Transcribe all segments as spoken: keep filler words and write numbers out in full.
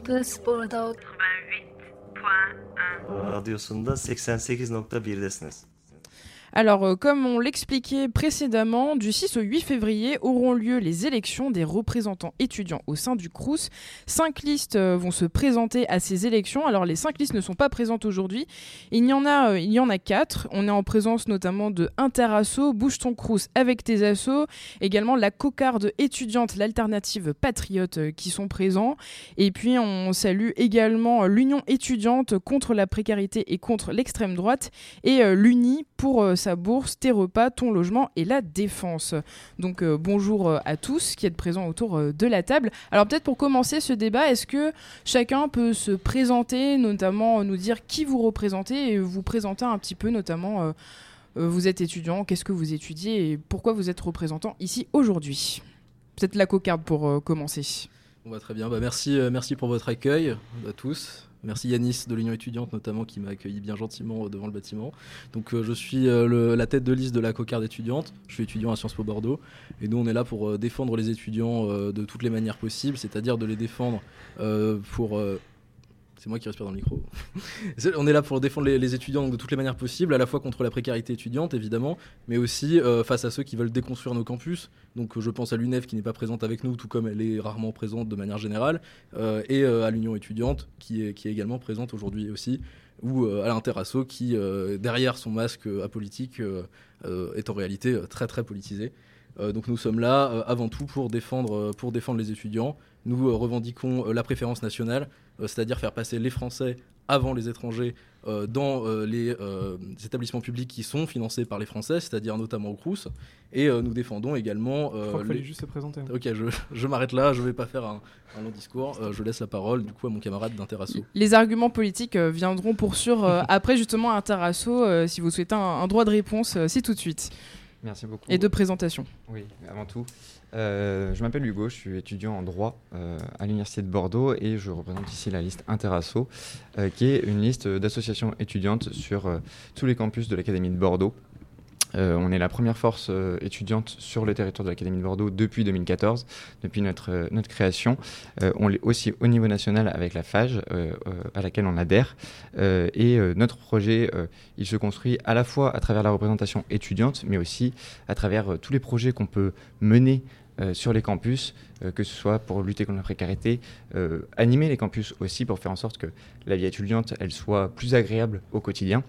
Campus Bordeaux Radyosunda seksen sekiz nokta birdesiniz. Alors, euh, comme on l'expliquait précédemment, du six au huit février auront lieu les élections des représentants étudiants au sein du Crous. Cinq listes euh, vont se présenter à ces élections. Alors, les cinq listes ne sont pas présentes aujourd'hui. Il y en a, euh, il y en a quatre. On est en présence notamment de Interasso, Bouge ton Crous avec tes assos, également la cocarde étudiante, l'alternative patriote euh, qui sont présents. Et puis, on salue également euh, l'Union étudiante contre la précarité et contre l'extrême droite et euh, l'Uni pour euh, sa bourse, tes repas, ton logement et la défense. Donc euh, bonjour euh, à tous qui êtes présents autour euh, de la table. Alors peut-être pour commencer ce débat, est-ce que chacun peut se présenter, notamment euh, nous dire qui vous représentez et vous présenter un petit peu, notamment euh, euh, vous êtes étudiant, qu'est-ce que vous étudiez et pourquoi vous êtes représentant ici aujourd'hui. Peut-être la cocarde pour euh, commencer. Bon bah, très bien, bah, merci, euh, merci pour votre accueil à tous. Merci Yanis de l'Union étudiante notamment qui m'a accueilli bien gentiment devant le bâtiment. Donc euh, je suis euh, le, la tête de liste de la cocarde étudiante, je suis étudiant à Sciences Po Bordeaux et nous on est là pour euh, défendre les étudiants euh, de toutes les manières possibles, c'est-à-dire de les défendre euh, pour... Euh, C'est moi qui respire dans le micro. On est là pour défendre les, les étudiants de toutes les manières possibles, à la fois contre la précarité étudiante, évidemment, mais aussi euh, face à ceux qui veulent déconstruire nos campus. Donc euh, je pense à l'U N E F qui n'est pas présente avec nous, tout comme elle est rarement présente de manière générale, euh, et euh, à l'Union étudiante qui est, qui est également présente aujourd'hui aussi, ou euh, à l'Interasso qui, euh, derrière son masque euh, apolitique, euh, euh, est en réalité euh, très très politisé. Euh, donc nous sommes là euh, avant tout pour défendre, euh, pour défendre les étudiants. Nous euh, revendiquons euh, la préférence nationale, euh, c'est-à-dire faire passer les Français avant les étrangers euh, dans euh, les euh, établissements publics qui sont financés par les Français, c'est-à-dire notamment au Crous. Et euh, nous défendons également... Euh, je crois qu'il les... fallait juste se présenter. Ok, je, je m'arrête là, je ne vais pas faire un, un long discours. Euh, je laisse la parole du coup à mon camarade d'Interasso. Les arguments politiques euh, viendront pour sûr euh, après justement Interasso. Euh, si vous souhaitez un, un droit de réponse, euh, c'est tout de suite. Merci beaucoup. Et de présentation. Oui, avant tout. Euh, je m'appelle Hugo, je suis étudiant en droit euh, à l'Université de Bordeaux et je représente ici la liste Interasso, euh, qui est une liste d'associations étudiantes sur euh, tous les campus de l'Académie de Bordeaux. Euh, on est la première force euh, étudiante sur le territoire de l'Académie de Bordeaux depuis deux mille quatorze, depuis notre, euh, notre création. Euh, on l'est aussi au niveau national avec la F A G, euh, euh, à laquelle on adhère. Euh, et euh, notre projet, euh, il se construit à la fois à travers la représentation étudiante, mais aussi à travers euh, tous les projets qu'on peut mener euh, sur les campus, euh, que ce soit pour lutter contre la précarité, euh, animer les campus aussi pour faire en sorte que la vie étudiante, elle soit plus agréable au quotidien.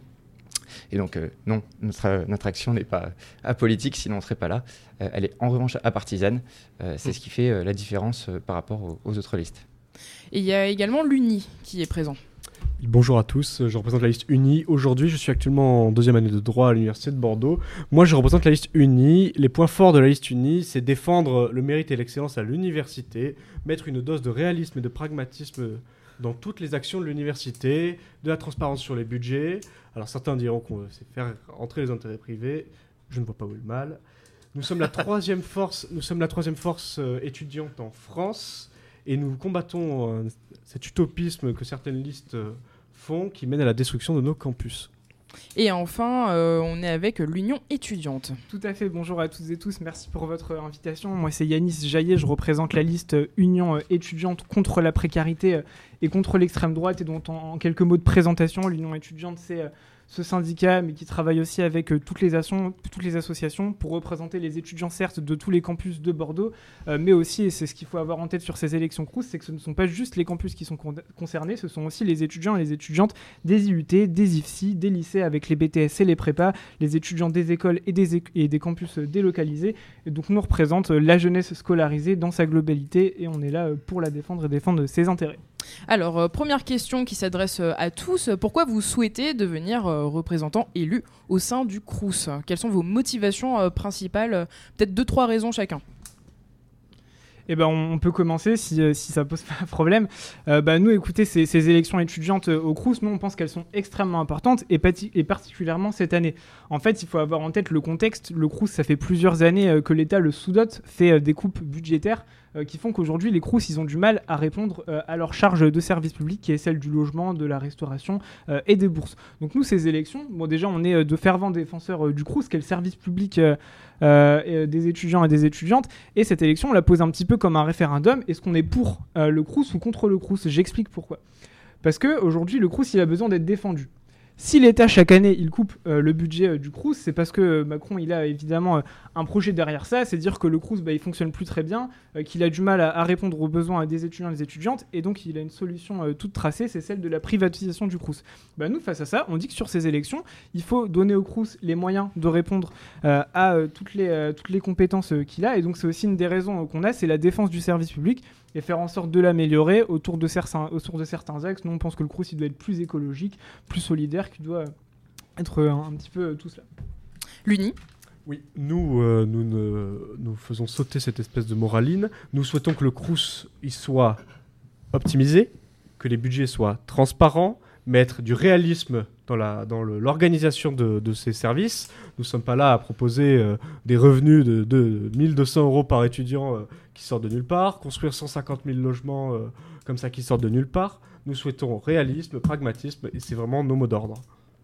Et donc, euh, non, notre, notre action n'est pas apolitique, sinon on ne serait pas là. Euh, elle est en revanche apartisane. Euh, c'est mmh. ce qui fait euh, la différence euh, par rapport aux, aux autres listes. Et il y a également l'Uni qui est présent. Bonjour à tous, je représente la liste Uni. Aujourd'hui, je suis actuellement en deuxième année de droit à l'Université de Bordeaux. Moi, je représente la liste Uni. Les points forts de la liste Uni, c'est défendre le mérite et l'excellence à l'université, mettre une dose de réalisme et de pragmatisme dans toutes les actions de l'université, de la transparence sur les budgets. Alors certains diront qu'on sait faire entrer les intérêts privés. Je ne vois pas où est le mal. Nous sommes la troisième force, nous sommes la troisième force euh, étudiante en France et nous combattons euh, cet utopisme que certaines listes euh, font qui mène à la destruction de nos campus. Et enfin, euh, on est avec l'Union étudiante. Tout à fait, bonjour à toutes et tous, merci pour votre invitation. Moi c'est Yanis Jaillet, je représente la liste Union étudiante contre la précarité et contre l'extrême droite. Et dont en, en quelques mots de présentation, l'Union étudiante c'est... Euh, ce syndicat, mais qui travaille aussi avec euh, toutes, les asso- toutes les associations pour représenter les étudiants, certes, de tous les campus de Bordeaux, euh, mais aussi, et c'est ce qu'il faut avoir en tête sur ces élections Crous, c'est que ce ne sont pas juste les campus qui sont con- concernés, ce sont aussi les étudiants et les étudiantes des I U T, des I F S I, des lycées avec les B T S et les prépas, les étudiants des écoles et des, é- et des campus délocalisés. Et donc, nous représente la jeunesse scolarisée dans sa globalité, et on est là pour la défendre et défendre ses intérêts. Alors, euh, première question qui s'adresse euh, à tous. Pourquoi vous souhaitez devenir euh, représentant élu au sein du Crous ? Quelles sont vos motivations euh, principales ? Peut-être deux, trois raisons chacun. Eh ben, on peut commencer si, euh, si ça pose pas problème. Euh, bah, nous, écoutez, ces, ces élections étudiantes euh, au Crous, nous, on pense qu'elles sont extrêmement importantes et, pati- et particulièrement cette année. En fait, il faut avoir en tête le contexte. Le Crous, ça fait plusieurs années euh, que l'État le sous-dote, fait euh, des coupes budgétaires euh, qui font qu'aujourd'hui les Crous ils ont du mal à répondre euh, à leur charge de service public qui est celle du logement, de la restauration euh, et des bourses. Donc nous ces élections, bon déjà on est euh, de fervents défenseurs euh, du Crous qui est le service public euh, euh, des étudiants et des étudiantes, et cette élection on la pose un petit peu comme un référendum. Est-ce qu'on est pour euh, le Crous ou contre le Crous? J'explique pourquoi. Parce qu'aujourd'hui le Crous il a besoin d'être défendu. Si l'État, chaque année, il coupe euh, le budget euh, du Crous, c'est parce que euh, Macron, il a évidemment euh, un projet derrière ça, c'est dire que le Crous, bah, il fonctionne plus très bien, euh, qu'il a du mal à, à répondre aux besoins des étudiants et des étudiantes, et donc il a une solution euh, toute tracée, c'est celle de la privatisation du Crous. Bah, nous, face à ça, on dit que sur ces élections, il faut donner au Crous les moyens de répondre euh, à euh, toutes, les, euh, toutes les compétences euh, qu'il a, et donc c'est aussi une des raisons euh, qu'on a, c'est la défense du service public, et faire en sorte de l'améliorer autour de certains, autour de certains axes. Nous, on pense que le Crous, il doit être plus écologique, plus solidaire, qu'il doit... Euh, être un, un petit peu euh, tout cela. L'Uni. Oui, nous, euh, nous, ne, nous faisons sauter cette espèce de moraline. Nous souhaitons que le Crous il soit optimisé, que les budgets soient transparents, mettre du réalisme dans, la, dans le, l'organisation de, de ces services. Nous ne sommes pas là à proposer euh, des revenus de, de mille deux cents euros par étudiant euh, qui sortent de nulle part, construire cent cinquante mille logements euh, comme ça qui sortent de nulle part. Nous souhaitons réalisme, pragmatisme, et c'est vraiment nos mots d'ordre.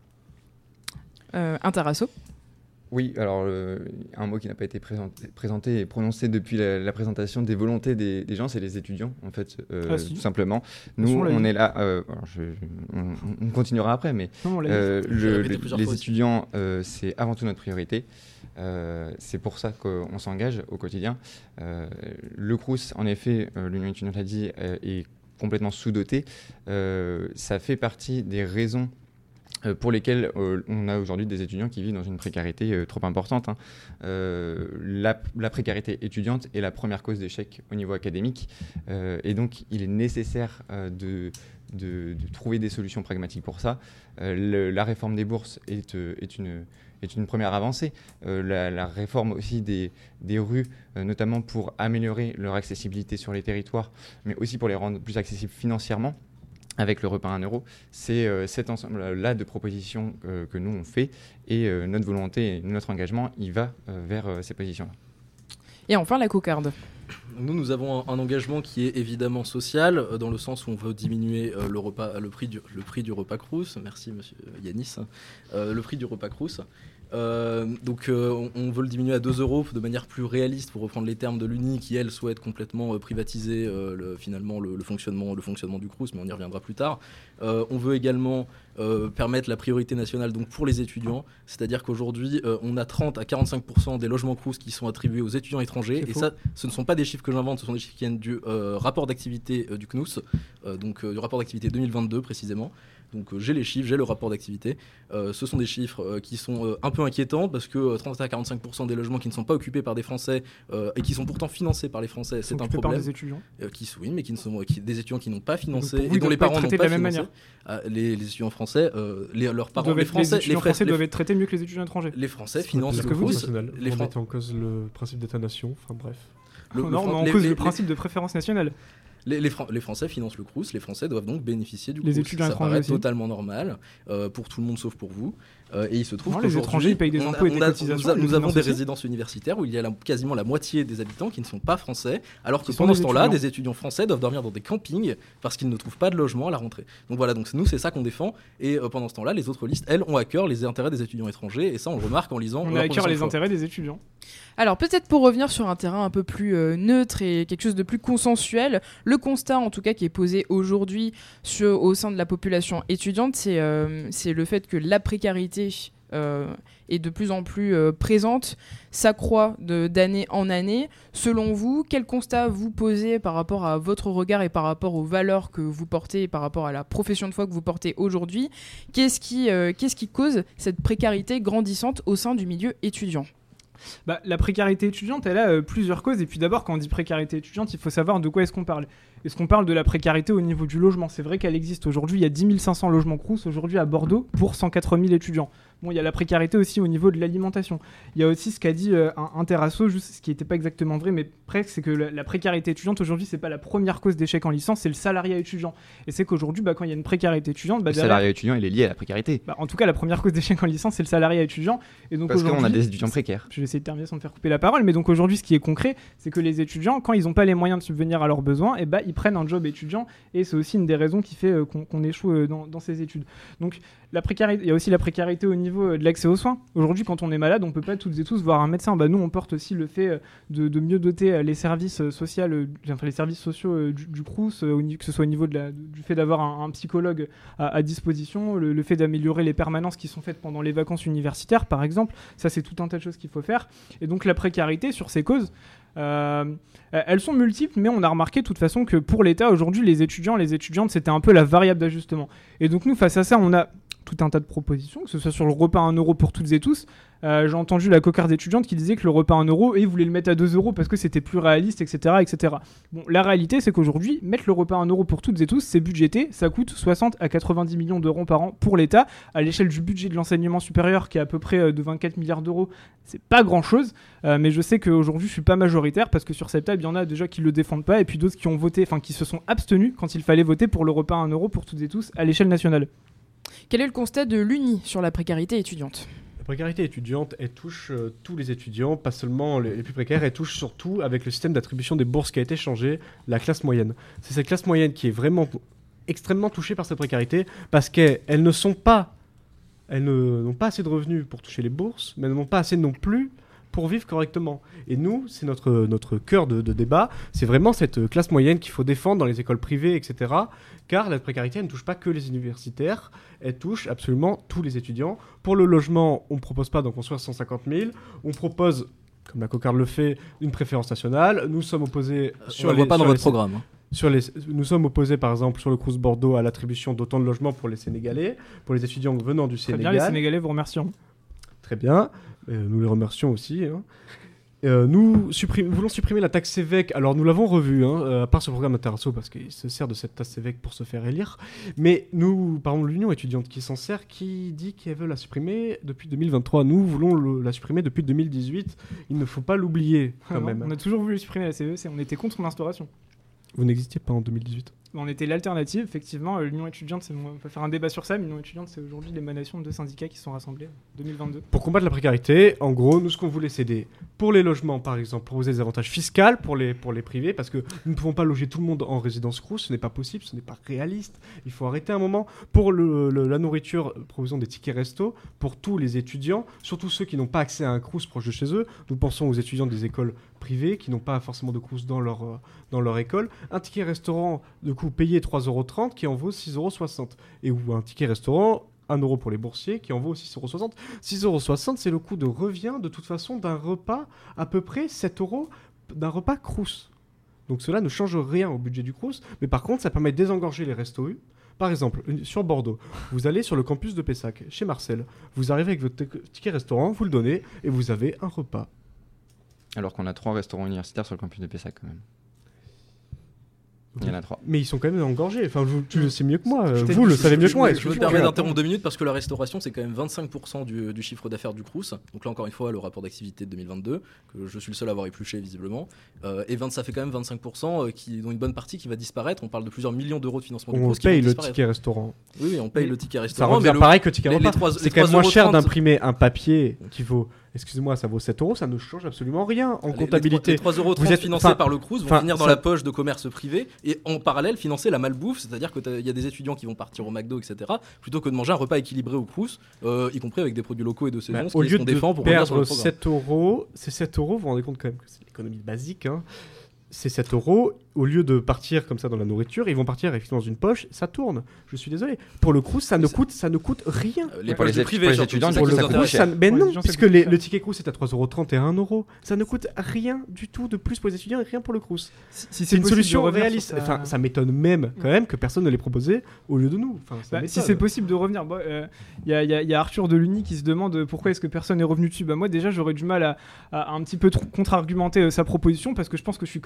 Euh, Interasso. Oui, alors euh, un mot qui n'a pas été présenté, présenté et prononcé depuis la, la présentation des volontés des, des gens, c'est les étudiants, en fait, euh, ah, si. tout simplement. Nous, on, on est là, euh, alors je, je, on, on continuera après, mais non, euh, le, le, les fois étudiants, euh, c'est avant tout notre priorité. Euh, c'est pour ça qu'on s'engage au quotidien. Euh, le Crous, en effet, euh, l'Union étudiante l'a dit, euh, est complètement sous-doté. Euh, ça fait partie des raisons pour lesquels euh, on a aujourd'hui des étudiants qui vivent dans une précarité euh, trop importante. Hein. Euh, la, la précarité étudiante est la première cause d'échec au niveau académique, euh, et donc il est nécessaire euh, de, de, de trouver des solutions pragmatiques pour ça. Euh, le, la réforme des bourses est, euh, est, une, est une première avancée. Euh, la, la réforme aussi des, des rues, euh, notamment pour améliorer leur accessibilité sur les territoires, mais aussi pour les rendre plus accessibles financièrement, avec le repas à un euro, c'est euh, cet ensemble-là de propositions euh, que nous on fait, et euh, notre volonté et notre engagement, il va euh, vers euh, ces positions-là. Et enfin la cocarde. Nous, nous avons un, un engagement qui est évidemment social, euh, dans le sens où on veut diminuer euh, le, repas, le, prix du, le prix du repas Crous. Merci monsieur Yanis. Euh, le prix du repas Crous. Euh, donc euh, on, on veut le diminuer à deux euros de manière plus réaliste, pour reprendre les termes de l'Uni qui elle souhaite complètement euh, privatiser euh, le, finalement le, le, fonctionnement, le fonctionnement du Crous, mais on y reviendra plus tard. Euh, on veut également euh, permettre la priorité nationale donc pour les étudiants, c'est-à-dire qu'aujourd'hui euh, on a trente à quarante-cinq pour cent des logements Crous qui sont attribués aux étudiants étrangers, et ça ce ne sont pas des chiffres que j'invente, ce sont des chiffres qui viennent du euh, rapport d'activité euh, du C N U S, euh, donc euh, du rapport d'activité deux mille vingt-deux précisément. Donc euh, j'ai les chiffres, j'ai le rapport d'activité. Euh, ce sont des chiffres euh, qui sont euh, un peu inquiétants, parce que euh, trente à quarante-cinq pour cent des logements qui ne sont pas occupés par des Français euh, et qui sont pourtant financés par les Français, c'est un problème. Par des étudiants. Euh, qui, oui, mais qui ne sont qui, des étudiants qui n'ont pas financé vous, et dont les parents n'ont pas de la financé. même manière. Euh, les, les étudiants français, euh, les, leurs parents, les Français, les étudiants les Français doivent être traités mieux que les étudiants étrangers. Les Français financent le Crous. Les Fran- en cause le principe d'État-nation. Enfin bref. Le, non, le Fran- mais en cause les, le principe les, de préférence nationale. Les, les, Fran- les Français financent le Crous, les Français doivent donc bénéficier du les Crous. Étudiants ça paraît aussi. totalement normal euh, pour tout le monde sauf pour vous. Euh, et il se trouve non, qu'aujourd'hui, les étrangers ils payent des impôts on a, et des on a, cotisations. Nous, a, nous avons des aussi. résidences universitaires où il y a la, quasiment la moitié des habitants qui ne sont pas français, alors que Qui pendant sont ce temps-là, étudiants. des étudiants français doivent dormir dans des campings parce qu'ils ne trouvent pas de logement à la rentrée. Donc voilà, donc nous c'est ça qu'on défend. Et euh, pendant ce temps-là, les autres listes, elles, ont à cœur les intérêts des étudiants étrangers. Et ça, on le remarque en lisant. On a à cœur les intérêts des étudiants. Alors peut-être pour revenir sur un terrain un peu plus euh, neutre et quelque chose de plus consensuel, le constat en tout cas qui est posé aujourd'hui sur, au sein de la population étudiante, c'est, euh, c'est le fait que la précarité euh, est de plus en plus euh, présente, s'accroît de, d'année en année. Selon vous, quel constat vous posez par rapport à votre regard et par rapport aux valeurs que vous portez et par rapport à la profession de foi que vous portez aujourd'hui? Qu'est-ce qui, euh, qu'est-ce qui cause cette précarité grandissante au sein du milieu étudiant? Bah, la précarité étudiante, elle a euh, plusieurs causes. Et puis d'abord, quand on dit précarité étudiante, il faut savoir de quoi est-ce qu'on parle. Est-ce qu'on parle de la précarité au niveau du logement? C'est vrai qu'elle existe aujourd'hui. Il y a dix mille cinq cents logements Crous aujourd'hui à Bordeaux pour cent quatre mille étudiants. Bon, il y a la précarité aussi au niveau de l'alimentation. Il y a aussi ce qu'a dit euh, un, un Terrasso, juste ce qui n'était pas exactement vrai, mais presque, c'est que la, la précarité étudiante aujourd'hui, c'est pas la première cause d'échec en licence, c'est le salariat étudiant. Et c'est qu'aujourd'hui, bah, quand il y a une précarité étudiante, bah, Le derrière, salariat étudiant, il est lié à la précarité. bah, en tout cas, la première cause d'échec en licence, c'est le salariat étudiant. Et donc Parce aujourd'hui, qu'on a des étudiants précaires. je vais essayer de terminer sans me faire couper la parole, mais donc aujourd'hui, ce qui est concret, c'est que les étudiants, quand ils n'ont pas les moyens de subvenir à leurs besoins, et bah, ils prennent un job étudiant, et c'est aussi une des raisons qui fait euh, qu'on, qu'on échoue euh, dans, dans ces études. Donc, la précarité, il y a aussi la précarité au niveau euh, de l'accès aux soins. Aujourd'hui, quand on est malade, on peut pas toutes et tous voir un médecin. Bah, nous, on porte aussi le fait euh, de, de mieux doter euh, les services euh, sociaux, euh, enfin les services sociaux euh, du, du Crous, euh, au niveau- que ce soit au niveau de la, du fait d'avoir un, un psychologue à, à disposition, le, le fait d'améliorer les permanences qui sont faites pendant les vacances universitaires, par exemple. Ça, c'est tout un tas de choses qu'il faut faire. Et donc, la précarité sur ces causes. Euh, elles sont multiples, mais on a remarqué de toute façon que pour l'État, aujourd'hui, les étudiants, les étudiantes, c'était un peu la variable d'ajustement. Et donc nous, face à ça, on a tout un tas de propositions, que ce soit sur le repas à un euro pour toutes et tous. Euh, j'ai entendu la cocarde étudiante qui disait que le repas à un euro, et ils voulaient le mettre à deux euros parce que c'était plus réaliste, et cetera, et cetera. Bon, la réalité, c'est qu'aujourd'hui, mettre le repas à un euro pour toutes et tous, c'est budgété, ça coûte soixante à quatre-vingt-dix millions d'euros par an pour l'État. À l'échelle du budget de l'enseignement supérieur, qui est à peu près euh, de vingt-quatre milliards d'euros, c'est pas grand-chose, euh, mais je sais qu'aujourd'hui, je suis pas majoritaire parce que sur cette table, il y en a déjà qui le défendent pas, et puis d'autres qui ont voté, enfin qui se sont abstenus quand il fallait voter pour le repas à un euro pour toutes et tous à l'échelle nationale. Quel est le constat de l'Uni sur la précarité étudiante ? La précarité étudiante, elle touche euh, tous les étudiants, pas seulement les, les plus précaires, elle touche surtout, avec le système d'attribution des bourses qui a été changé, la classe moyenne. C'est cette classe moyenne qui est vraiment extrêmement touchée par cette précarité, parce qu'elles elles ne sont pas, elles ne- n'ont pas assez de revenus pour toucher les bourses, mais elles n'ont pas assez non plus pour vivre correctement. Et nous, c'est notre, notre cœur de, de débat, c'est vraiment cette classe moyenne qu'il faut défendre dans les écoles privées, et cetera. Car la précarité, elle ne touche pas que les universitaires, elle touche absolument tous les étudiants. Pour le logement, on ne propose pas d'en construire cent cinquante mille, on propose, comme la cocarde le fait, une préférence nationale. Nous sommes opposés On ne voit pas dans sur votre les- programme. hein. sur les, nous sommes opposés, par exemple, sur le Crous Bordeaux, à l'attribution d'autant de logements pour les Sénégalais, pour les étudiants venant du Très Sénégal. bien, les Sénégalais vous remercions. Très bien, Euh, nous les remercions aussi. hein. Euh, nous supprime- voulons supprimer la taxe Sévec. Alors nous l'avons revu, hein, euh, à part ce programme Interasso, parce qu'il se sert de cette taxe Sévec pour se faire élire. Mais nous, par exemple, l'Union étudiante qui s'en sert, qui dit qu'elle veut la supprimer depuis deux mille vingt-trois. Nous voulons le- la supprimer depuis deux mille dix-huit. Il ne faut pas l'oublier quand Ah non, même. on a toujours voulu supprimer la C E, c'est- on était contre l'instauration. Vous n'existiez pas en deux mille dix-huit. On était l'alternative, effectivement. euh, L'Union étudiante, c'est- on peut faire un débat sur ça, mais l'Union étudiante, c'est aujourd'hui l'émanation de deux syndicats qui sont rassemblés en deux mille vingt-deux. Pour combattre la précarité, en gros, nous, ce qu'on voulait, c'est des... Pour les logements, par exemple, proposer des avantages fiscaux pour les, pour les privés, parce que nous ne pouvons pas loger tout le monde en résidence Crous, ce n'est pas possible, ce n'est pas réaliste. Il faut arrêter un moment. Pour le, le- la nourriture, proposons des tickets resto pour tous les étudiants, surtout ceux qui n'ont pas accès à un Crous proche de chez eux. Nous pensons aux étudiants des écoles privées qui n'ont pas forcément de Crous dans leur, euh, dans leur école. Un ticket restaurant, de coup, payé trois euros trente qui en vaut six euros soixante. Et ou un ticket restaurant, un euro pour les boursiers qui en vaut six euros soixante. six euros soixante, c'est le coût de revient de toute façon d'un repas à peu près sept euros d'un repas Crous. Donc cela ne change rien au budget du Crous, mais par contre ça permet de désengorger les restos U. Par exemple, une- sur Bordeaux, vous allez sur le campus de Pessac, chez Marcel, vous arrivez avec votre tic- ticket restaurant, vous le donnez et vous avez un repas. Alors qu'on a trois restaurants universitaires sur le campus de Pessac quand même. Il y en a trois. Mais ils sont quand même engorgés, enfin vous- tu le sais mieux que moi, euh, Je t'ai vous dit, le je- savez mieux je- que moi. Je me excusez-moi. permets d'interrompre deux minutes parce que la restauration, c'est quand même vingt-cinq pour cent du, du chiffre d'affaires du Crous. Donc là, encore une fois, le rapport d'activité de deux mille vingt-deux, que je suis le seul à avoir épluché visiblement. Euh, et vingt, ça fait quand même vingt-cinq pour cent, euh, qui, dont une bonne partie qui va disparaître. On parle de plusieurs millions d'euros de financement du On Crous qui vont paye le disparaître. ticket restaurant. Oui, oui, on paye Mais le ticket Ça restaurant. revient mais le- pareil que le ticket les- repas. les trois- C'est les quand même moins trois cher euros trente. d'imprimer un papier qui vaut, excusez-moi, ça vaut sept euros, ça ne change absolument rien en Les- comptabilité. Les trois euros trente Vous êtes- financés enfin, par le Crous vont enfin, finir dans ça- la poche de commerce privé et en parallèle financer la malbouffe, c'est-à-dire qu'il y a des étudiants qui vont partir au McDo, et cetera, plutôt que de manger un repas équilibré au Crous, euh, y compris avec des produits locaux et de saison, Bah, ce au qui est lieu ce qu'on de défend pour revenir sur le perdre programme. sept euros, ces sept euros, vous vous rendez compte quand même que c'est l'économie basique, hein. Ces sept euros, au lieu de partir comme ça dans la nourriture, ils vont partir effectivement dans une poche, ça tourne. Je suis désolé. Pour le Crous, ça ne coûte, ça ne coûte rien. Euh, Les Pour poches les de étu- privé, pour les surtout, étudiants, c'est du ça coup, qui ça nous coûte Crous, intéresse. cher. ça- mais Pour les non, gens, ça puisque coûte les- cher. le ticket Crous est à trois euros trente et un euro. Ça ne coûte rien du tout de plus pour les étudiants et rien pour le Crous. Si, si C'est une possible de solution revenir réaliste. sur ta- Enfin, ça m'étonne même quand même que personne ne l'ait proposé au lieu de nous. Enfin, ça Bah, si m'étonne. c'est possible de revenir, il bon, euh, y, a, y a- y a Arthur de l'Uni qui se demande pourquoi est-ce que personne n'est revenu dessus. Bah, moi déjà j'aurais du mal à, à un petit peu tr- contre-argumenter euh, sa proposition parce que je pense que je suis comme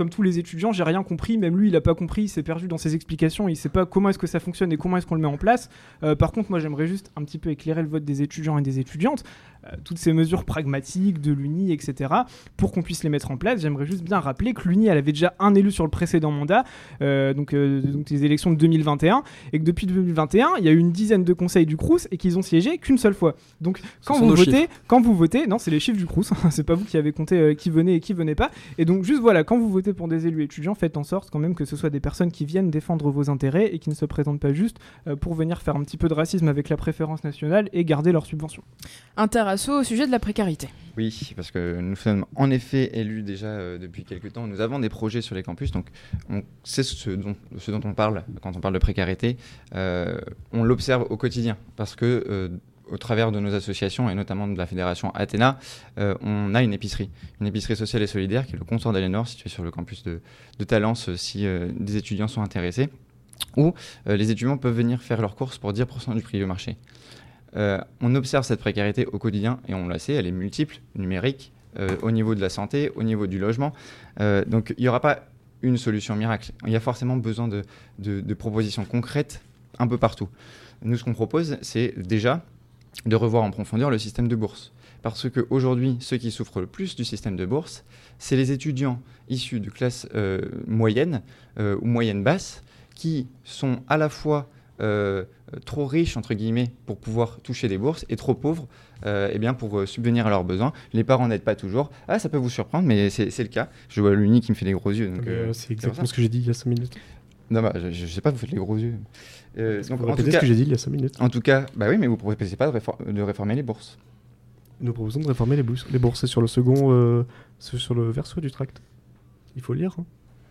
comme tous les étudiants, j'ai rien compris. Même lui, il a pas compris, il s'est perdu dans ses explications. Il sait pas comment est-ce que ça fonctionne et comment est-ce qu'on le met en place. Euh, par contre, moi, j'aimerais juste un petit peu éclairer le vote des étudiants et des étudiantes. Euh, toutes ces mesures pragmatiques de l'U N I, et cetera, pour qu'on puisse les mettre en place, j'aimerais juste bien rappeler que l'U N I, elle avait déjà un élu sur le précédent mandat, euh, donc, euh, donc les élections de deux mille vingt et un, et que depuis deux mille vingt et un, il y a eu une dizaine de conseils du Crous et qu'ils ont siégé qu'une seule fois. Donc quand vous votez, quand vous votez, non, c'est les chiffres du Crous, c'est pas vous qui avez compté euh, qui venait et qui venait pas. Et donc juste voilà, quand vous votez pour des élus étudiants, faites en sorte quand même que ce soit des personnes qui viennent défendre vos intérêts et qui ne se présentent pas juste euh, pour venir faire un petit peu de racisme avec la préférence nationale et garder leurs subventions. Interasso au sujet de la précarité. Oui, parce que nous sommes en effet élus déjà euh, depuis quelques temps. Nous avons des projets sur les campus, donc on sait ce dont, ce dont on parle quand on parle de précarité. Euh, on l'observe au quotidien, parce que euh, au travers de nos associations et notamment de la fédération Athéna, euh, on a une épicerie, une épicerie sociale et solidaire qui est le comptoir d'Aliénor, situé sur le campus de, de Talence, si euh, des étudiants sont intéressés, où euh, les étudiants peuvent venir faire leurs courses pour dix pour cent du prix au marché. Euh, on observe cette précarité au quotidien et on la sait, elle est multiple, numérique, euh, au niveau de la santé, au niveau du logement. Euh, donc il n'y aura pas une solution miracle. Il y a forcément besoin de, de, de propositions concrètes un peu partout. Nous, ce qu'on propose, c'est déjà de revoir en profondeur le système de bourse. Parce qu'aujourd'hui, ceux qui souffrent le plus du système de bourse, c'est les étudiants issus de classes euh, moyennes euh, ou moyennes basses qui sont à la fois Euh, trop riches entre guillemets pour pouvoir toucher des bourses et trop pauvres euh, eh bien, pour euh, subvenir à leurs besoins. Les parents n'aident pas toujours. Ah, ça peut vous surprendre, mais c'est, c'est le cas. Je vois l'Uni qui me fait des gros yeux. Donc, euh, c'est exactement ce que j'ai dit il y a cinq minutes. Non, bah, je, je sais pas, vous faites les gros yeux. Euh, donc, vous répétez ce que j'ai dit il y a cinq minutes. En tout cas, bah oui, mais vous ne proposez pas de, réfor- de réformer les bourses. Nous proposons de réformer les bourses. Les bourses, c'est sur le second, euh, c'est sur le verso du tract. Il faut lire. Hein.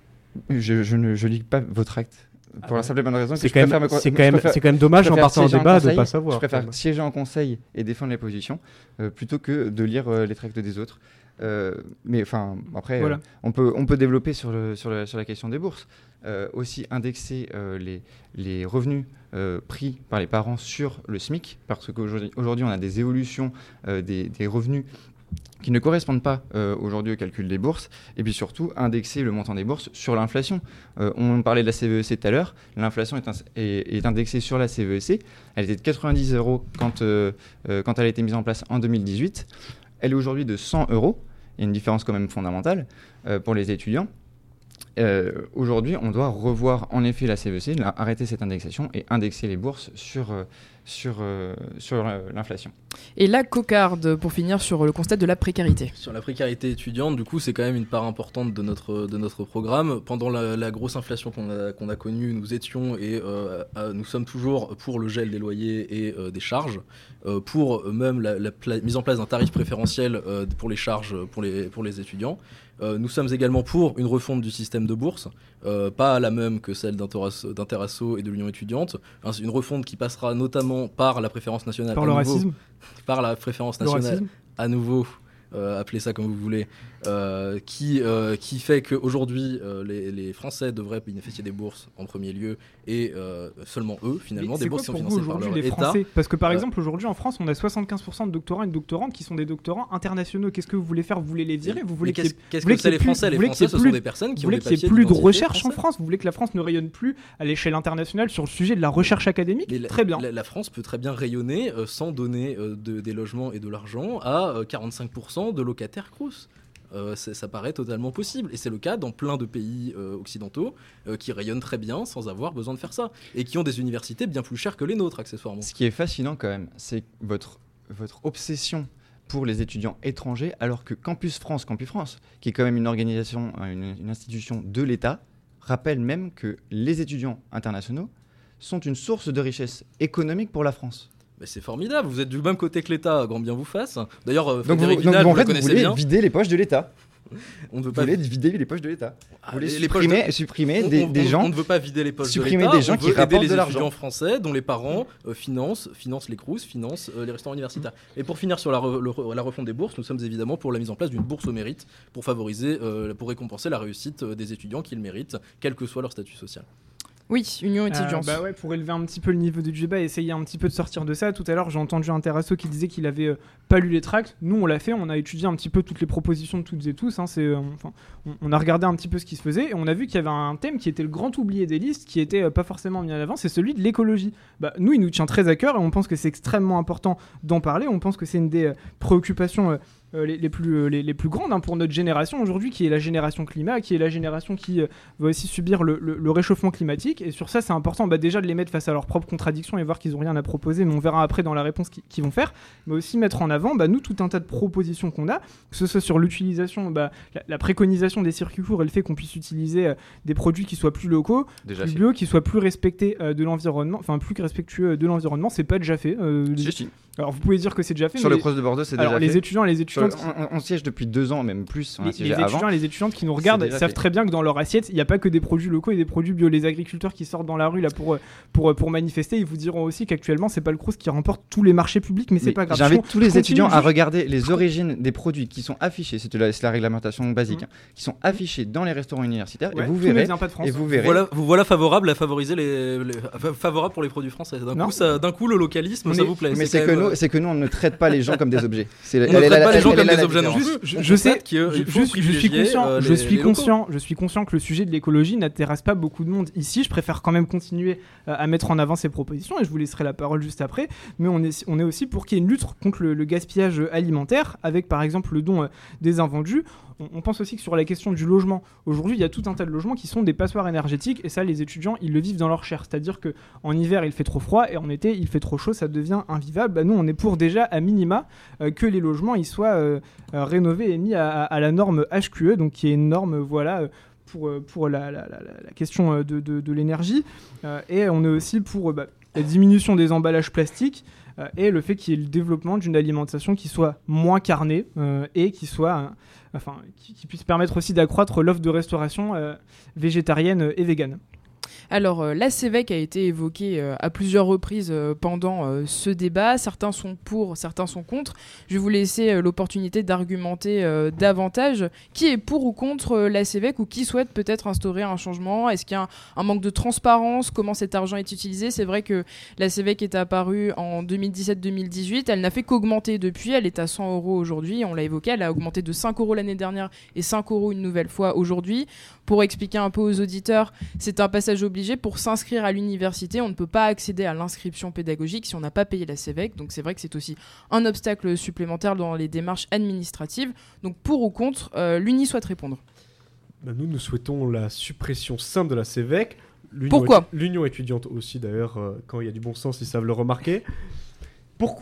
Je, je ne je lis pas vos tracts. Pour la simple et bonne raison que c'est je quand, préfère même, me... c'est, quand même, préfère... c'est quand même dommage en partant en débat de ne pas savoir. Je préfère siéger en conseil et défendre les positions euh, plutôt que de lire euh, les tracts des autres. Euh, mais enfin, après, voilà. euh, on, peut, on peut développer sur, le, sur, le, sur la question des bourses. Euh, aussi indexer euh, les, les revenus euh, pris par les parents sur le SMIC, parce qu'aujourd'hui aujourd'hui, on a des évolutions euh, des, des revenus qui ne correspondent pas euh, aujourd'hui au calcul des bourses, et puis surtout indexer le montant des bourses sur l'inflation. Euh, on parlait de la C V E C tout à l'heure, l'inflation est, un, est, est indexée sur la C V E C, elle était de quatre-vingt-dix euros quand, euh, euh, quand elle a été mise en place en deux mille dix-huit, elle est aujourd'hui de cent euros, il y a une différence quand même fondamentale euh, pour les étudiants. Euh, aujourd'hui, on doit revoir en effet la C V E C, la, arrêter cette indexation et indexer les bourses sur, euh, sur, euh, sur euh, l'inflation. Et la cocarde, pour finir sur le constat de la précarité. Sur la précarité étudiante, du coup, c'est quand même une part importante de notre, de notre programme. Pendant la, la grosse inflation qu'on a, qu'on a connue, nous étions et euh, à, nous sommes toujours pour le gel des loyers et euh, des charges, euh, pour même la, la pla- mise en place d'un tarif préférentiel euh, pour les charges pour les, pour les étudiants. Euh, nous sommes également pour une refonte du système de bourse, euh, pas la même que celle d'Interasso, d'Interasso et de l'Union étudiante, hein, une refonte qui passera notamment par la préférence nationale. Par le nouveau, racisme Par la préférence nationale, à nouveau, euh, appelez ça comme vous voulez, euh, qui, euh, qui fait qu'aujourd'hui, euh, les, les Français devraient bénéficier des bourses en premier lieu, et euh, seulement eux, finalement, mais des bourses qui sont financées par leur les État. Français Parce que par euh, exemple, aujourd'hui en France, on a soixante-quinze pour cent de doctorants et de doctorantes qui sont des doctorants internationaux. Qu'est-ce que vous voulez faire ? Vous voulez les virer ? Vous voulez qu'est-ce, qu'est-ce que c'est les Français ? Les Français, ce sont des personnes qui ont des papiers d'identité. Vous voulez qu'il y ait plus de recherche français. en France ? Vous voulez que la France ne rayonne plus à l'échelle internationale sur le sujet de la recherche académique ? la, Très bien. La, la France peut très bien rayonner euh, sans donner euh, de, des logements et de l'argent à euh, quarante-cinq pour cent de locataires Crous. Euh, ça paraît totalement possible, et c'est le cas dans plein de pays euh, occidentaux euh, qui rayonnent très bien sans avoir besoin de faire ça, et qui ont des universités bien plus chères que les nôtres accessoirement. Ce qui est fascinant quand même, c'est votre, votre obsession pour les étudiants étrangers, alors que Campus France, Campus France, qui est quand même une organisation, une, une institution de l'État, rappelle même que les étudiants internationaux sont une source de richesse économique pour la France. Mais c'est formidable, vous êtes du même côté que l'État, grand bien vous fasse. D'ailleurs, euh, donc Frédéric vous, Vidal, donc vous, en vous fait, la connaissez vous voulez bien. vider les poches de l'État. On ne veut vous pas voulez vider les poches de l'État. Ah, vous voulez les, supprimer, les de... supprimer on, des, on, des gens. On ne veut pas vider les poches supprimer de l'État. des gens on qui veut rapportent aider les de l'argent. étudiants français dont les parents euh, financent, financent les Crous, financent euh, les restaurants universitaires. Et pour finir sur la, re, le, la refonte des bourses, nous sommes évidemment pour la mise en place d'une bourse au mérite pour favoriser, euh, pour récompenser la réussite euh, des étudiants qui le méritent, quel que soit leur statut social. Oui, Union étudiante. Euh, bah ouais, pour élever un petit peu le niveau du débat et essayer un petit peu de sortir de ça. Tout à l'heure, j'ai entendu un Terrasso qui disait qu'il avait euh, pas lu les tracts. Nous, on l'a fait, on a étudié un petit peu toutes les propositions de toutes et tous. Hein, c'est, euh, enfin, on, on a regardé un petit peu ce qui se faisait et on a vu qu'il y avait un thème qui était le grand oublié des listes, qui était euh, pas forcément mis en avant, c'est celui de l'écologie. Bah, nous, il nous tient très à cœur et on pense que c'est extrêmement important d'en parler. On pense que c'est une des euh, préoccupations euh, Euh, les, les, plus, euh, les, les plus grandes hein, pour notre génération aujourd'hui, qui est la génération climat, qui est la génération qui euh, va aussi subir le, le, le réchauffement climatique. Et sur ça, c'est important bah, déjà de les mettre face à leurs propres contradictions et voir qu'ils n'ont rien à proposer, mais on verra après dans la réponse qu'ils, qu'ils vont faire. Mais aussi mettre en avant, bah, nous, tout un tas de propositions qu'on a, que ce soit sur l'utilisation, bah, la, la préconisation des circuits courts et le fait qu'on puisse utiliser euh, des produits qui soient plus locaux, Déjà plus fait. bio, qui soient plus respectés euh, de l'environnement, enfin plus respectueux de l'environnement. C'est pas déjà fait. Euh, Si, les... si. Alors vous pouvez dire que c'est déjà fait. Sur mais... le cross de Bordeaux, c'est Alors déjà les fait. étudiants et les Sur le- étudiantes. on, on siège depuis deux ans, même plus. On a Les, siégé les avant. étudiants et les étudiantes qui nous regardent déjà savent fait. très bien que dans leur assiette, il n'y a pas que des produits locaux et des produits bio. Les agriculteurs qui sortent dans la rue là pour, pour, pour manifester, ils vous diront aussi qu'actuellement, c'est pas le Crous qui remporte tous les marchés publics, mais c'est Mais pas grave. J'invite Je- tous les je continue étudiants à juste- regarder les origines des produits qui sont affichés, c'est la, c'est la réglementation basique, Mhm. hein, qui sont affichés dans les restaurants universitaires Ouais, et vous tout ne verrez. vient pas de France. Et vous verrez. Voilà, vous voilà favorable à favoriser les, les- fa- favorable pour les produits français. D'un Non. coup, ça, d'un coup, le localisme, On ça est- vous plaît. Mais c'est quand que, même, nous, euh, c'est que nous, on ne traite pas les gens comme des objets. C'est, On elle ne est traite là- pas les elle- gens elle comme est là des la objets non différence. plus. Je, On je sais, constate qu'il je, faut je- je suis privilégier, conscient, euh, je les- suis les locaux. conscient, je suis conscient que le sujet de l'écologie n'intéresse pas beaucoup de monde ici. Je préfère quand même continuer euh, à mettre en avant ces propositions et je vous laisserai la parole juste après. Mais on est, on est aussi pour qu'il y ait une lutte contre le, le gaspillage alimentaire, avec par exemple le don euh, des invendus. On, on pense aussi que sur la question du logement, aujourd'hui, il y a tout un tas de logements qui sont des passoires énergétiques et ça, les étudiants, ils le vivent dans leur chair. C'est-à-dire que en hiver, il fait trop froid et en été, il fait trop chaud, ça devient invivable. Bah, nous, on est pour déjà à minima euh, que les logements ils soient euh, euh, rénovés et mis à, à- à la norme H Q E, donc qui est une norme, euh, voilà. euh, pour, euh, pour la, la- la- la question euh, de, de- de l'énergie. Euh, et on est aussi pour euh, bah, la diminution des emballages plastiques euh, et le fait qu'il y ait le développement d'une alimentation qui soit moins carnée euh, et qui soit, euh, enfin, qui, qui puisse permettre aussi d'accroître l'offre de restauration euh, végétarienne et végane. Alors, euh, la CEVEC a été évoquée euh, à plusieurs reprises euh, pendant euh, ce débat. Certains sont pour, certains sont contre. Je vais vous laisser euh, l'opportunité d'argumenter euh, davantage. Qui est pour ou contre euh, la CEVEC ou qui souhaite peut-être instaurer un changement ? Est-ce qu'il y a un, un manque de transparence ? Comment cet argent est utilisé ? C'est vrai que la CEVEC est apparue en deux mille dix-sept deux mille dix-huit. Elle n'a fait qu'augmenter depuis. Elle est à cent euros aujourd'hui. On l'a évoqué. Elle a augmenté de cinq euros l'année dernière et cinq euros une nouvelle fois aujourd'hui. Pour expliquer un peu aux auditeurs, c'est un passage obligé. Pour s'inscrire à l'université, on ne peut pas accéder à l'inscription pédagogique si on n'a pas payé la CEVEC. Donc c'est vrai que c'est aussi un obstacle supplémentaire dans les démarches administratives. Donc pour ou contre, euh, l'Uni souhaite répondre. Bah, nous, nous souhaitons la suppression simple de la CEVEC. L'union Pourquoi étu- L'union étudiante aussi, d'ailleurs, euh, quand il y a du bon sens, ils savent le remarquer. Pourquoi ?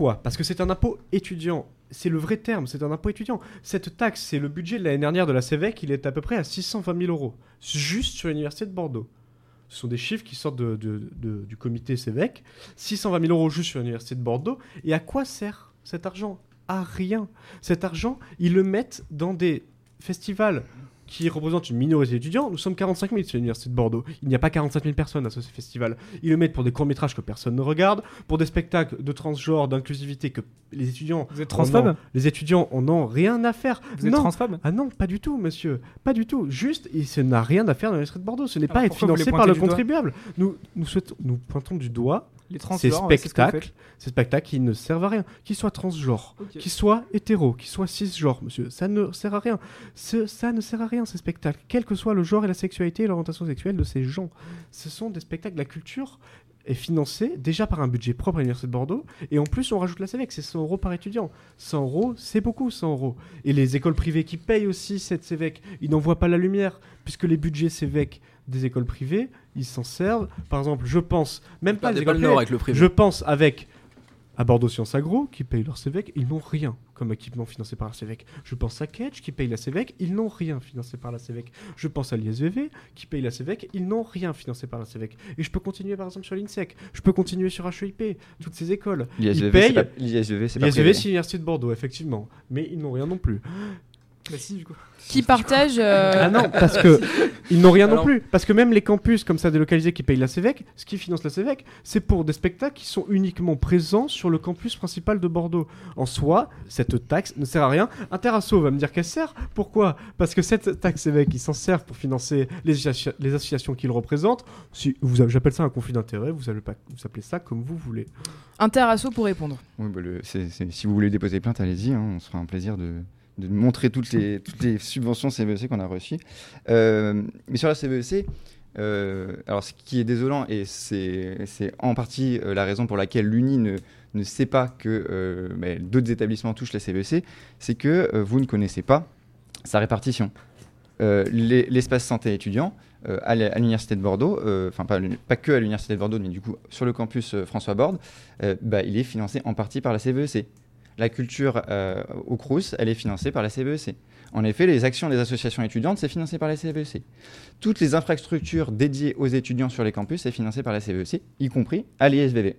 Parce que c'est un impôt étudiant. C'est le vrai terme, c'est un impôt étudiant. Cette taxe, c'est le budget de l'année dernière de la CEVEC, il est à peu près à six cent vingt mille euros, juste sur l'université de Bordeaux. Ce sont des chiffres qui sortent de, de- de- du comité CEVEC. six cent vingt mille euros juste sur l'université de Bordeaux. Et à quoi sert cet argent ? À rien. Cet argent, ils le mettent dans des festivals qui représentent une minorité d'étudiants. Nous sommes quarante-cinq mille sur l'université de Bordeaux. Il n'y a pas quarante-cinq mille personnes à ce festival. Ils le mettent pour des courts-métrages que personne ne regarde, pour des spectacles de transgenre, d'inclusivité que les étudiants... Vous êtes en ont- transphobe ? Les étudiants en ont rien à faire. Vous êtes non. transphobe ? Ah non, pas du tout, monsieur. Pas du tout. Juste, et ça n'a rien à faire dans l'université de Bordeaux. Ce n'est Alors pas être pourquoi vous les financé par pointez le du doigt contribuable. Nous, nous, souhaitons, nous pointons du doigt Les ces transgenres, ouais, c'est ce que vous spectacles, faites. ces spectacles qui ne servent à rien. Qu'ils soient transgenres, Ok. qu'ils soient hétéros, qu'ils soient cisgenres, monsieur. Ça ne sert à rien. Ce- ça ne sert à rien, ces spectacles. Quel que soit le genre et la sexualité et l'orientation sexuelle de ces gens. Ce sont des spectacles. La culture est financée déjà par un budget propre à l'université de Bordeaux. Et en plus, on rajoute la CEVEC. C'est cent euros par étudiant. cent euros, c'est beaucoup, cent euros. Et les écoles privées qui payent aussi cette CEVEC, ils n'en voient pas la lumière. Puisque les budgets CEVEC des écoles privées, ils s'en servent. Par exemple, je pense, même pas les Perdez pas écoles le nord privées, avec le privé. je pense avec à Bordeaux Sciences Agro qui payent leur CEVEC, ils n'ont rien comme équipement financé par la CEVEC. Je pense à Ketch qui paye la CEVEC, ils n'ont rien financé par la CEVEC. Je pense à l'I S V V qui paye la CEVEC, ils n'ont rien financé par la CEVEC. Et je peux continuer par exemple sur l'INSEC, je peux continuer sur H E I P, toutes ces écoles. L'I S V Ils V, c'est payent. pas- l'I S V V, c'est pas L'I S V V, privé. c'est l'université de Bordeaux, effectivement, mais ils n'ont rien non plus. Bah si, du coup. Qui partagent. euh, Ah non, parce que ils n'ont rien non Alors- plus. Parce que même les campus comme ça délocalisés qui payent la CEVEC, ce qui finance la CEVEC, c'est pour des spectacles qui sont uniquement présents sur le campus principal de Bordeaux. En soi, cette taxe ne sert à rien. Interasso va me dire qu'elle sert. Pourquoi ? Parce que cette taxe CEVEC, ils s'en servent pour financer les, associa- les associations qu'ils représentent. Si vous avez- j'appelle ça un conflit d'intérêts, vous appelez, pas, vous appelez ça comme vous voulez. Interasso pour répondre. Oui, bah, le- c'est- c'est- si vous voulez déposer plainte, allez-y, hein, on se fera un plaisir de, de montrer toutes les, toutes les subventions C V E C qu'on a reçues. Euh, mais sur la C V E C, euh, alors ce qui est désolant, et c'est c'est en partie euh, la raison pour laquelle l'Uni ne, ne sait pas que euh, mais d'autres établissements touchent la C V E C, c'est que euh, vous ne connaissez pas sa répartition. Euh, les- L'espace santé étudiant, euh, à la- à l'Université de Bordeaux, euh, enfin pas, pas que à l'Université de Bordeaux, mais du coup sur le campus euh, François Borde, euh, bah, il est financé en partie par la C V E C. La culture euh, au Crous, elle est financée par la C V E C. En effet, les actions des associations étudiantes, c'est financé par la C V E C. Toutes les infrastructures dédiées aux étudiants sur les campus, c'est financé par la C V E C, y compris à l'I S V V.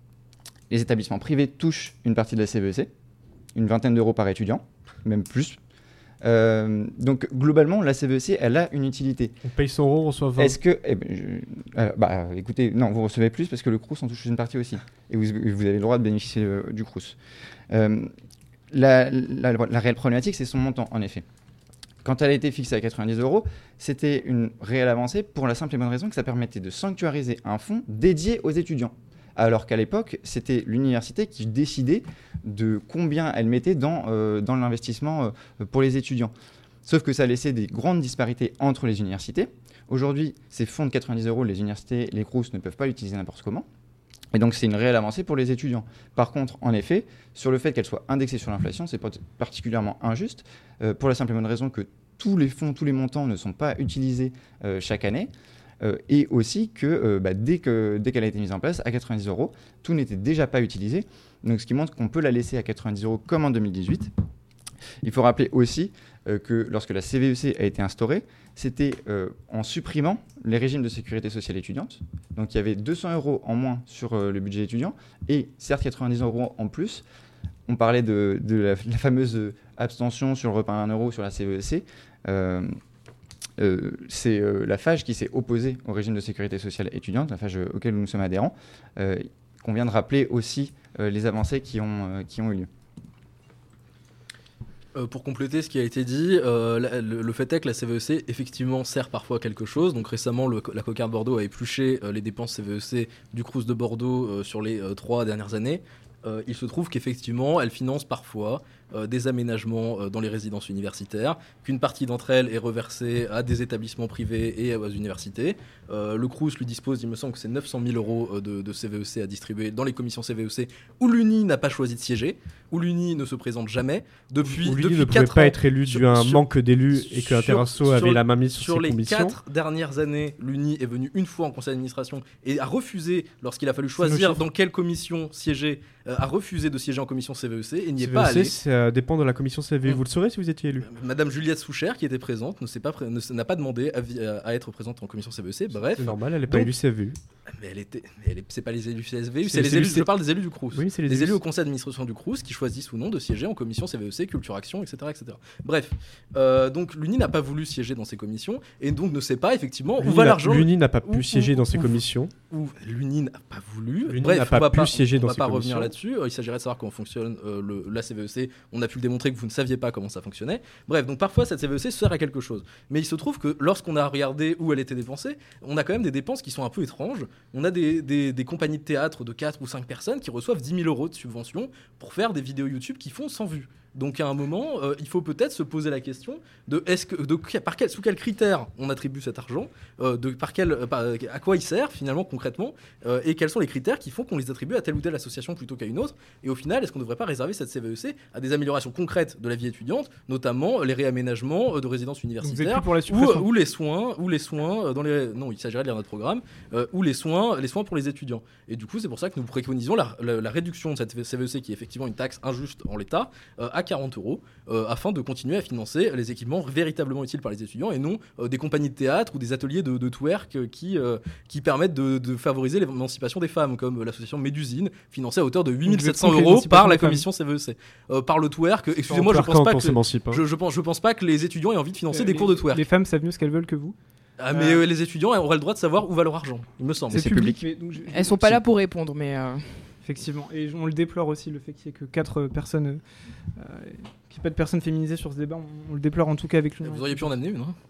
Les établissements privés touchent une partie de la C V E C, une vingtaine d'euros par étudiant, même plus. Euh, donc globalement, la C V E C, elle a une utilité. On paye cent euros, on reçoit vingt. Est-ce que, eh ben, je- euh, bah, écoutez, non, vous recevez plus parce que le Crous en touche une partie aussi, et vous, vous avez le droit de bénéficier euh, du Crous. Euh, la, la, la réelle problématique, c'est son montant, en effet. Quand elle a été fixée à quatre-vingt-dix euros, c'était une réelle avancée pour la simple et bonne raison que ça permettait de sanctuariser un fonds dédié aux étudiants. Alors qu'à l'époque, c'était l'université qui décidait de combien elle mettait dans, euh, dans l'investissement euh, pour les étudiants. Sauf que ça laissait des grandes disparités entre les universités. Aujourd'hui, ces fonds de quatre-vingt-dix euros, les universités, les Crous ne peuvent pas l'utiliser n'importe comment. Et donc, c'est une réelle avancée pour les étudiants. Par contre, en effet, sur le fait qu'elle soit indexée sur l'inflation, c'est particulièrement injuste, euh, pour la simple et bonne raison que tous les fonds, tous les montants ne sont pas utilisés euh, chaque année. Euh, et aussi que euh, bah, dès que dès qu'elle a été mise en place, à quatre-vingt-dix euros, tout n'était déjà pas utilisé. Donc, ce qui montre qu'on peut la laisser à quatre-vingt-dix euros comme en deux mille dix-huit. Il faut rappeler aussi euh, que lorsque la C V E C a été instaurée, c'était euh, en supprimant les régimes de sécurité sociale étudiante. Donc il y avait deux cents euros en moins sur euh, le budget étudiant et certes quatre-vingt-dix euros en plus. On parlait de, de la, la fameuse abstention sur le repas à un euro sur la C V E C. Euh, euh, c'est euh, la F A G qui s'est opposée au régime de sécurité sociale étudiante, la F A G auquel nous sommes adhérents, euh, qu'on vient de rappeler aussi euh, les avancées qui ont, euh, qui ont eu lieu. Euh, pour compléter ce qui a été dit, euh, la- le, le fait est que la C V E C effectivement sert parfois à quelque chose. Donc récemment, le- la Cocarde Bordeaux a épluché euh, les dépenses C V E C du Crous de Bordeaux euh, sur les euh, trois dernières années. Euh, il se trouve qu'effectivement, elle finance parfois euh, des aménagements euh, dans les résidences universitaires, qu'une partie d'entre elles est reversée à des établissements privés et aux universités. Euh, le Crous lui dispose, il me semble que c'est neuf cent mille euros euh, de, de C V E C à distribuer dans les commissions C V E C où l'Uni n'a pas choisi de siéger, où l'Uni ne se présente jamais. Depuis, Où l'Uni depuis ne pouvait quatre pas ans, être élu sur- dû à un sur- manque d'élus et que sur- Interasso sur- avait la main mise sur, Sur ses les commissions. quatre dernières années, l'Uni est venu une fois en conseil d'administration et a refusé, lorsqu'il a fallu choisir chiffres. dans quelle commission siéger, euh, a refusé de siéger en commission C V E C et n'y est C V E pas C, allé. ça dépend de la commission C V. Mm. Vous le saurez si vous étiez élu. Madame Juliette Souchère, qui était présente, ne s'est pas pré- ne s- n'a pas demandé à, vi- à- à être présente en commission C V E C. Bref, C'est normal, elle n'est pas Donc- élue C V U. mais elle était, mais elle est- c'est pas les élus C S V U, C'est c'est les les élus. élus Je C- parle des élus du Crous. Oui, c'est les Les élus. élus au conseil d'administration du Crous qui choisissent ou non de siéger en commission C V E C, culture action, et cetera, et cetera. Bref, euh, donc l'Uni n'a pas voulu siéger dans ces commissions et donc ne sait pas effectivement où L'Uni va n'a- l'argent. L'Uni n'a pas où- pu où- siéger dans ces où- commissions. Où l'Uni n'a pas voulu. L'Uni Bref, n'a pas on va pu siéger dans on va ces pas revenir commissions. là-dessus. Euh, Il s'agirait de savoir comment fonctionne euh, le, la C V E C. On a pu le démontrer que vous ne saviez pas comment ça fonctionnait. Bref, donc parfois cette C V E C sert à quelque chose. Mais il se trouve que lorsqu'on a regardé où elle était dépensée, on a quand même des dépenses qui sont un peu étranges. On a des, des, des compagnies de théâtre de quatre ou cinq personnes qui reçoivent dix mille euros de subvention pour faire des vidéos YouTube qui font cent vues. Donc à un moment, euh, il faut peut-être se poser la question de est-ce que de par quel, sous quels critères on attribue cet argent, euh, de par quel euh, par- à quoi il sert finalement concrètement, euh, et quels sont les critères qui font qu'on les attribue à telle ou telle association plutôt qu'à une autre. Et au final, est-ce qu'on ne devrait pas réserver cette C V E C à des améliorations concrètes de la vie étudiante, notamment les réaménagements euh, de résidences Vous êtes universitaires plus pour la ou, suppression. ou les soins, ou les soins euh, dans les non, il s'agirait de lire notre programme, euh, ou les soins, les soins pour les étudiants. Et du coup, c'est pour ça que nous préconisons la, la- la réduction de cette C V E C qui est effectivement une taxe injuste en l'état euh, à quarante euros euh, afin de continuer à financer les équipements véritablement utiles par les étudiants et non euh, des compagnies de théâtre ou des ateliers de, de twerk euh, qui, euh, qui permettent de, de favoriser l'émancipation des femmes, comme euh, l'association Médusine, financée à hauteur de huit mille sept cents euros par la commission C V E C. Euh, par le twerk, excusez-moi, je pense, pas que, hein. je, je, pense, je pense pas que les étudiants aient envie de financer euh, des les, cours de twerk. Les femmes savent mieux ce qu'elles veulent que vous. Ah, mais euh... les étudiants auraient le droit de savoir où va leur argent, il me semble. C'est, c'est public. public. Mais donc je, Elles sont pas là pour répondre, mais... Euh... Effectivement, et on le déplore aussi, le fait qu'il n'y ait que quatre personnes, euh, qu'il n'y ait pas de personnes féminisées sur ce débat, on, on le déplore en tout cas avec lui. Vous auriez pu en amener une, hein.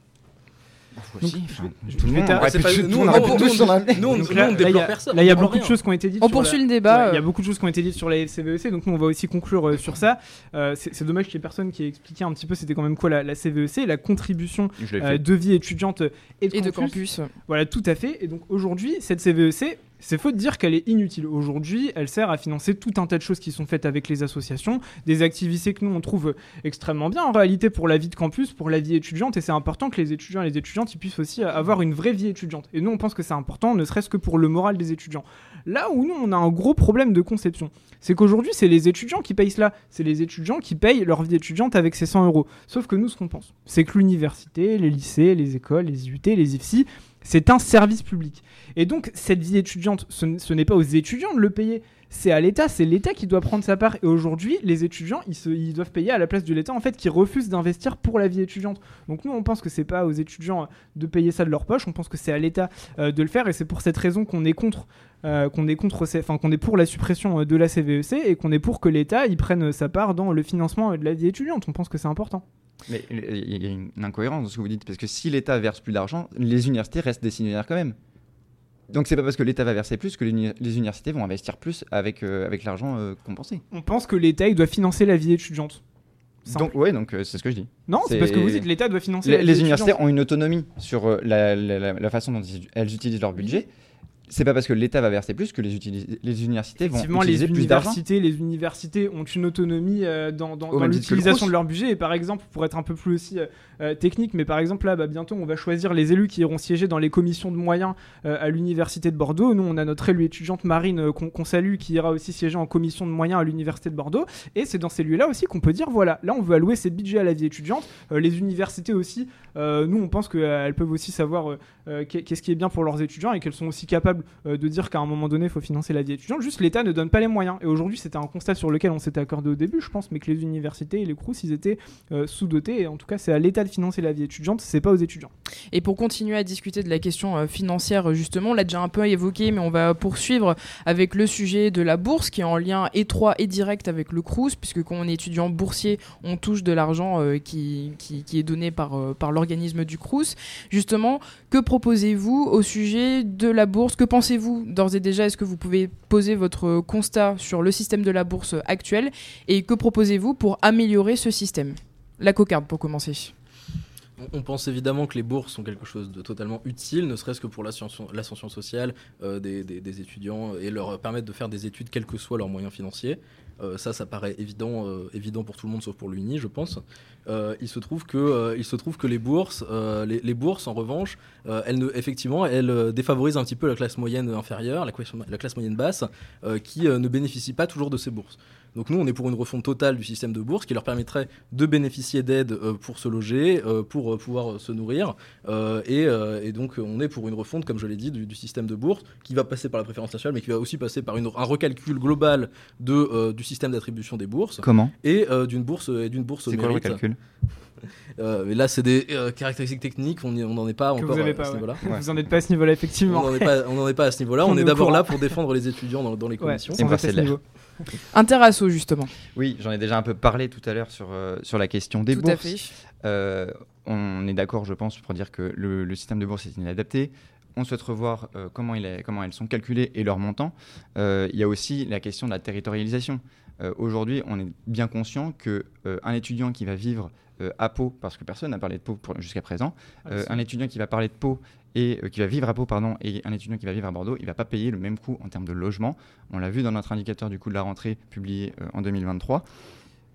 Donc, aussi, enfin, je, tout le monde aurait pu nous, on aurait pu tous en amener. Nous, on ne déplore personne. Là, il y a beaucoup de choses qui ont été dites. On poursuit le débat. Il y a beaucoup de choses qui ont été dites sur la C V E C, donc nous, on va aussi conclure euh, sur ça. Euh, c'est, c'est dommage qu'il y ait personne qui ait expliqué un petit peu c'était quand même quoi la, la C V E C, la contribution euh, de vie étudiante et de, et campus. de campus. Voilà, tout à fait. Et donc aujourd'hui, cette C V E C, c'est faux de dire qu'elle est inutile. Aujourd'hui, elle sert à financer tout un tas de choses qui sont faites avec les associations, des activités que nous, on trouve extrêmement bien en réalité pour la vie de campus, pour la vie étudiante, et c'est important que les étudiants et les étudiantes ils puissent aussi avoir une vraie vie étudiante. Et nous, on pense que c'est important, ne serait-ce que pour le moral des étudiants. Là où nous, on a un gros problème de conception, c'est qu'aujourd'hui, c'est les étudiants qui payent cela. C'est les étudiants qui payent leur vie étudiante avec ces cent euros. Sauf que nous, ce qu'on pense, c'est que l'université, les lycées, les écoles, les I U T, les I F S I, c'est un service public. Et donc, cette vie étudiante, ce, n- ce n'est pas aux étudiants de le payer, c'est à l'État, c'est l'État qui doit prendre sa part. Et aujourd'hui, les étudiants, ils, se, ils doivent payer à la place de l'État, en fait, qui refuse d'investir pour la vie étudiante. Donc nous, on pense que c'est pas aux étudiants de payer ça de leur poche, on pense que c'est à l'État euh, de le faire, et c'est pour cette raison qu'on est contre, euh, qu'on est contre, enfin qu'on est pour la suppression de la C V E C, et qu'on est pour que l'État y prenne sa part dans le financement de la vie étudiante. On pense que c'est important. Mais il y a une incohérence dans ce que vous dites, parce que si l'État verse plus d'argent, les universités restent décisionnaires quand même. Donc c'est pas parce que l'État va verser plus que l'uni- les universités vont investir plus avec, euh, avec l'argent euh, compensé. On pense que l'État il doit financer la vie étudiante. Simple. Donc ouais, donc euh, c'est ce que je dis. Non, c'est, c'est parce que vous dites l'État doit financer les, la vie les universités étudiante. ont une autonomie sur euh, la, la, la, la façon dont elles utilisent leur budget. C'est pas parce que l'État va verser plus que les, utilis- les universités vont utiliser les plus d'argent. Universités, les universités ont une autonomie euh, dans, dans, Au dans même titre que le l'utilisation Crous. de leur budget. Et par exemple, pour être un peu plus aussi euh, technique, mais par exemple là, bah, bientôt, on va choisir les élus qui iront siéger dans les commissions de moyens euh, à l'université de Bordeaux. Nous, on a notre élue étudiante Marine euh, qu'on, qu'on salue, qui ira aussi siéger en commission de moyens à l'université de Bordeaux. Et c'est dans ces lieux-là aussi qu'on peut dire, voilà, là, on veut allouer ces budgets à la vie étudiante. Euh, les universités aussi, euh, nous, on pense qu'elles euh, peuvent aussi savoir euh, euh, qu'est-ce qui est bien pour leurs étudiants et qu'elles sont aussi capables euh, de dire qu'à un moment donné, il faut financer la vie étudiante. Juste, l'État ne donne pas les moyens. Et aujourd'hui, c'était un constat sur lequel on s'était accordé au début, je pense, mais que les universités et les Crous, ils étaient euh, sous-dotés. Et en tout cas, c'est à l'État de financer la vie étudiante, c'est pas aux étudiants. Et pour continuer à discuter de la question euh, financière, justement, on l'a déjà un peu évoqué, mais on va poursuivre avec le sujet de la bourse, qui est en lien étroit et direct avec le Crous, puisque quand on est étudiant boursier, on touche de l'argent euh, qui, qui, qui est donné par, euh, par l'organisme du Crous. Justement, que proposez-vous au sujet de la bourse ? Que pensez-vous d'ores et déjà ? Est-ce que vous pouvez poser votre constat sur le système de la bourse actuel ? Et que proposez-vous pour améliorer ce système ? La cocarde, pour commencer. On pense évidemment que les bourses sont quelque chose de totalement utile, ne serait-ce que pour l'ascension, l'ascension sociale euh, des, des, des étudiants et leur permettre de faire des études quels que soient leurs moyens financiers. Euh, ça, ça paraît évident, euh, évident pour tout le monde, sauf pour l'Uni, je pense. Euh, il se trouve que, euh, il se trouve que les bourses, euh, les, les bourses, en revanche, euh, elles ne, effectivement, elles euh, défavorisent un petit peu la classe moyenne inférieure, la, la classe moyenne basse, euh, qui euh, ne bénéficie pas toujours de ces bourses. Donc nous, on est pour une refonte totale du système de bourse qui leur permettrait de bénéficier d'aides euh, pour se loger, euh, pour euh, pouvoir euh, se nourrir. Euh, et, euh, et donc, on est pour une refonte, comme je l'ai dit, du, du système de bourse qui va passer par la préférence nationale, mais qui va aussi passer par une, un recalcul global de, euh, du système d'attribution des bourses. Comment ? Et euh, d'une bourse, et d'une bourse C'est au quoi le mérite. recalcul ? Euh, mais là, c'est des euh, caractéristiques techniques, on n'en est pas Que encore vous avez à, pas, à ce ouais. niveau-là. Vous en êtes pas à ce niveau-là, effectivement. On n'en est pas, on n'en est pas à ce niveau-là. On On, est est au d'abord courant. là pour défendre les étudiants dans, dans les Ouais, commissions. sans Et être à passer ce l'air. niveau. Interasso, justement. Oui, j'en ai déjà un peu parlé tout à l'heure sur, euh, sur la question des Tout bourses. à fait. Euh, on est d'accord, je pense, pour dire que le, le système de bourse est inadapté. On souhaite revoir euh, comment, il est, comment elles sont calculées et leur montant. Euh, il y a aussi la question de la territorialisation. Euh, aujourd'hui, on est bien conscient qu'un euh, étudiant qui va vivre euh, à Pau, parce que personne n'a parlé de Pau pour, jusqu'à présent, euh, un étudiant qui va parler de Pau et euh, qui va vivre à Pau, pardon, et un étudiant qui va vivre à Bordeaux, il ne va pas payer le même coût en termes de logement. On l'a vu dans notre indicateur du coût de la rentrée publié euh, en deux mille vingt-trois.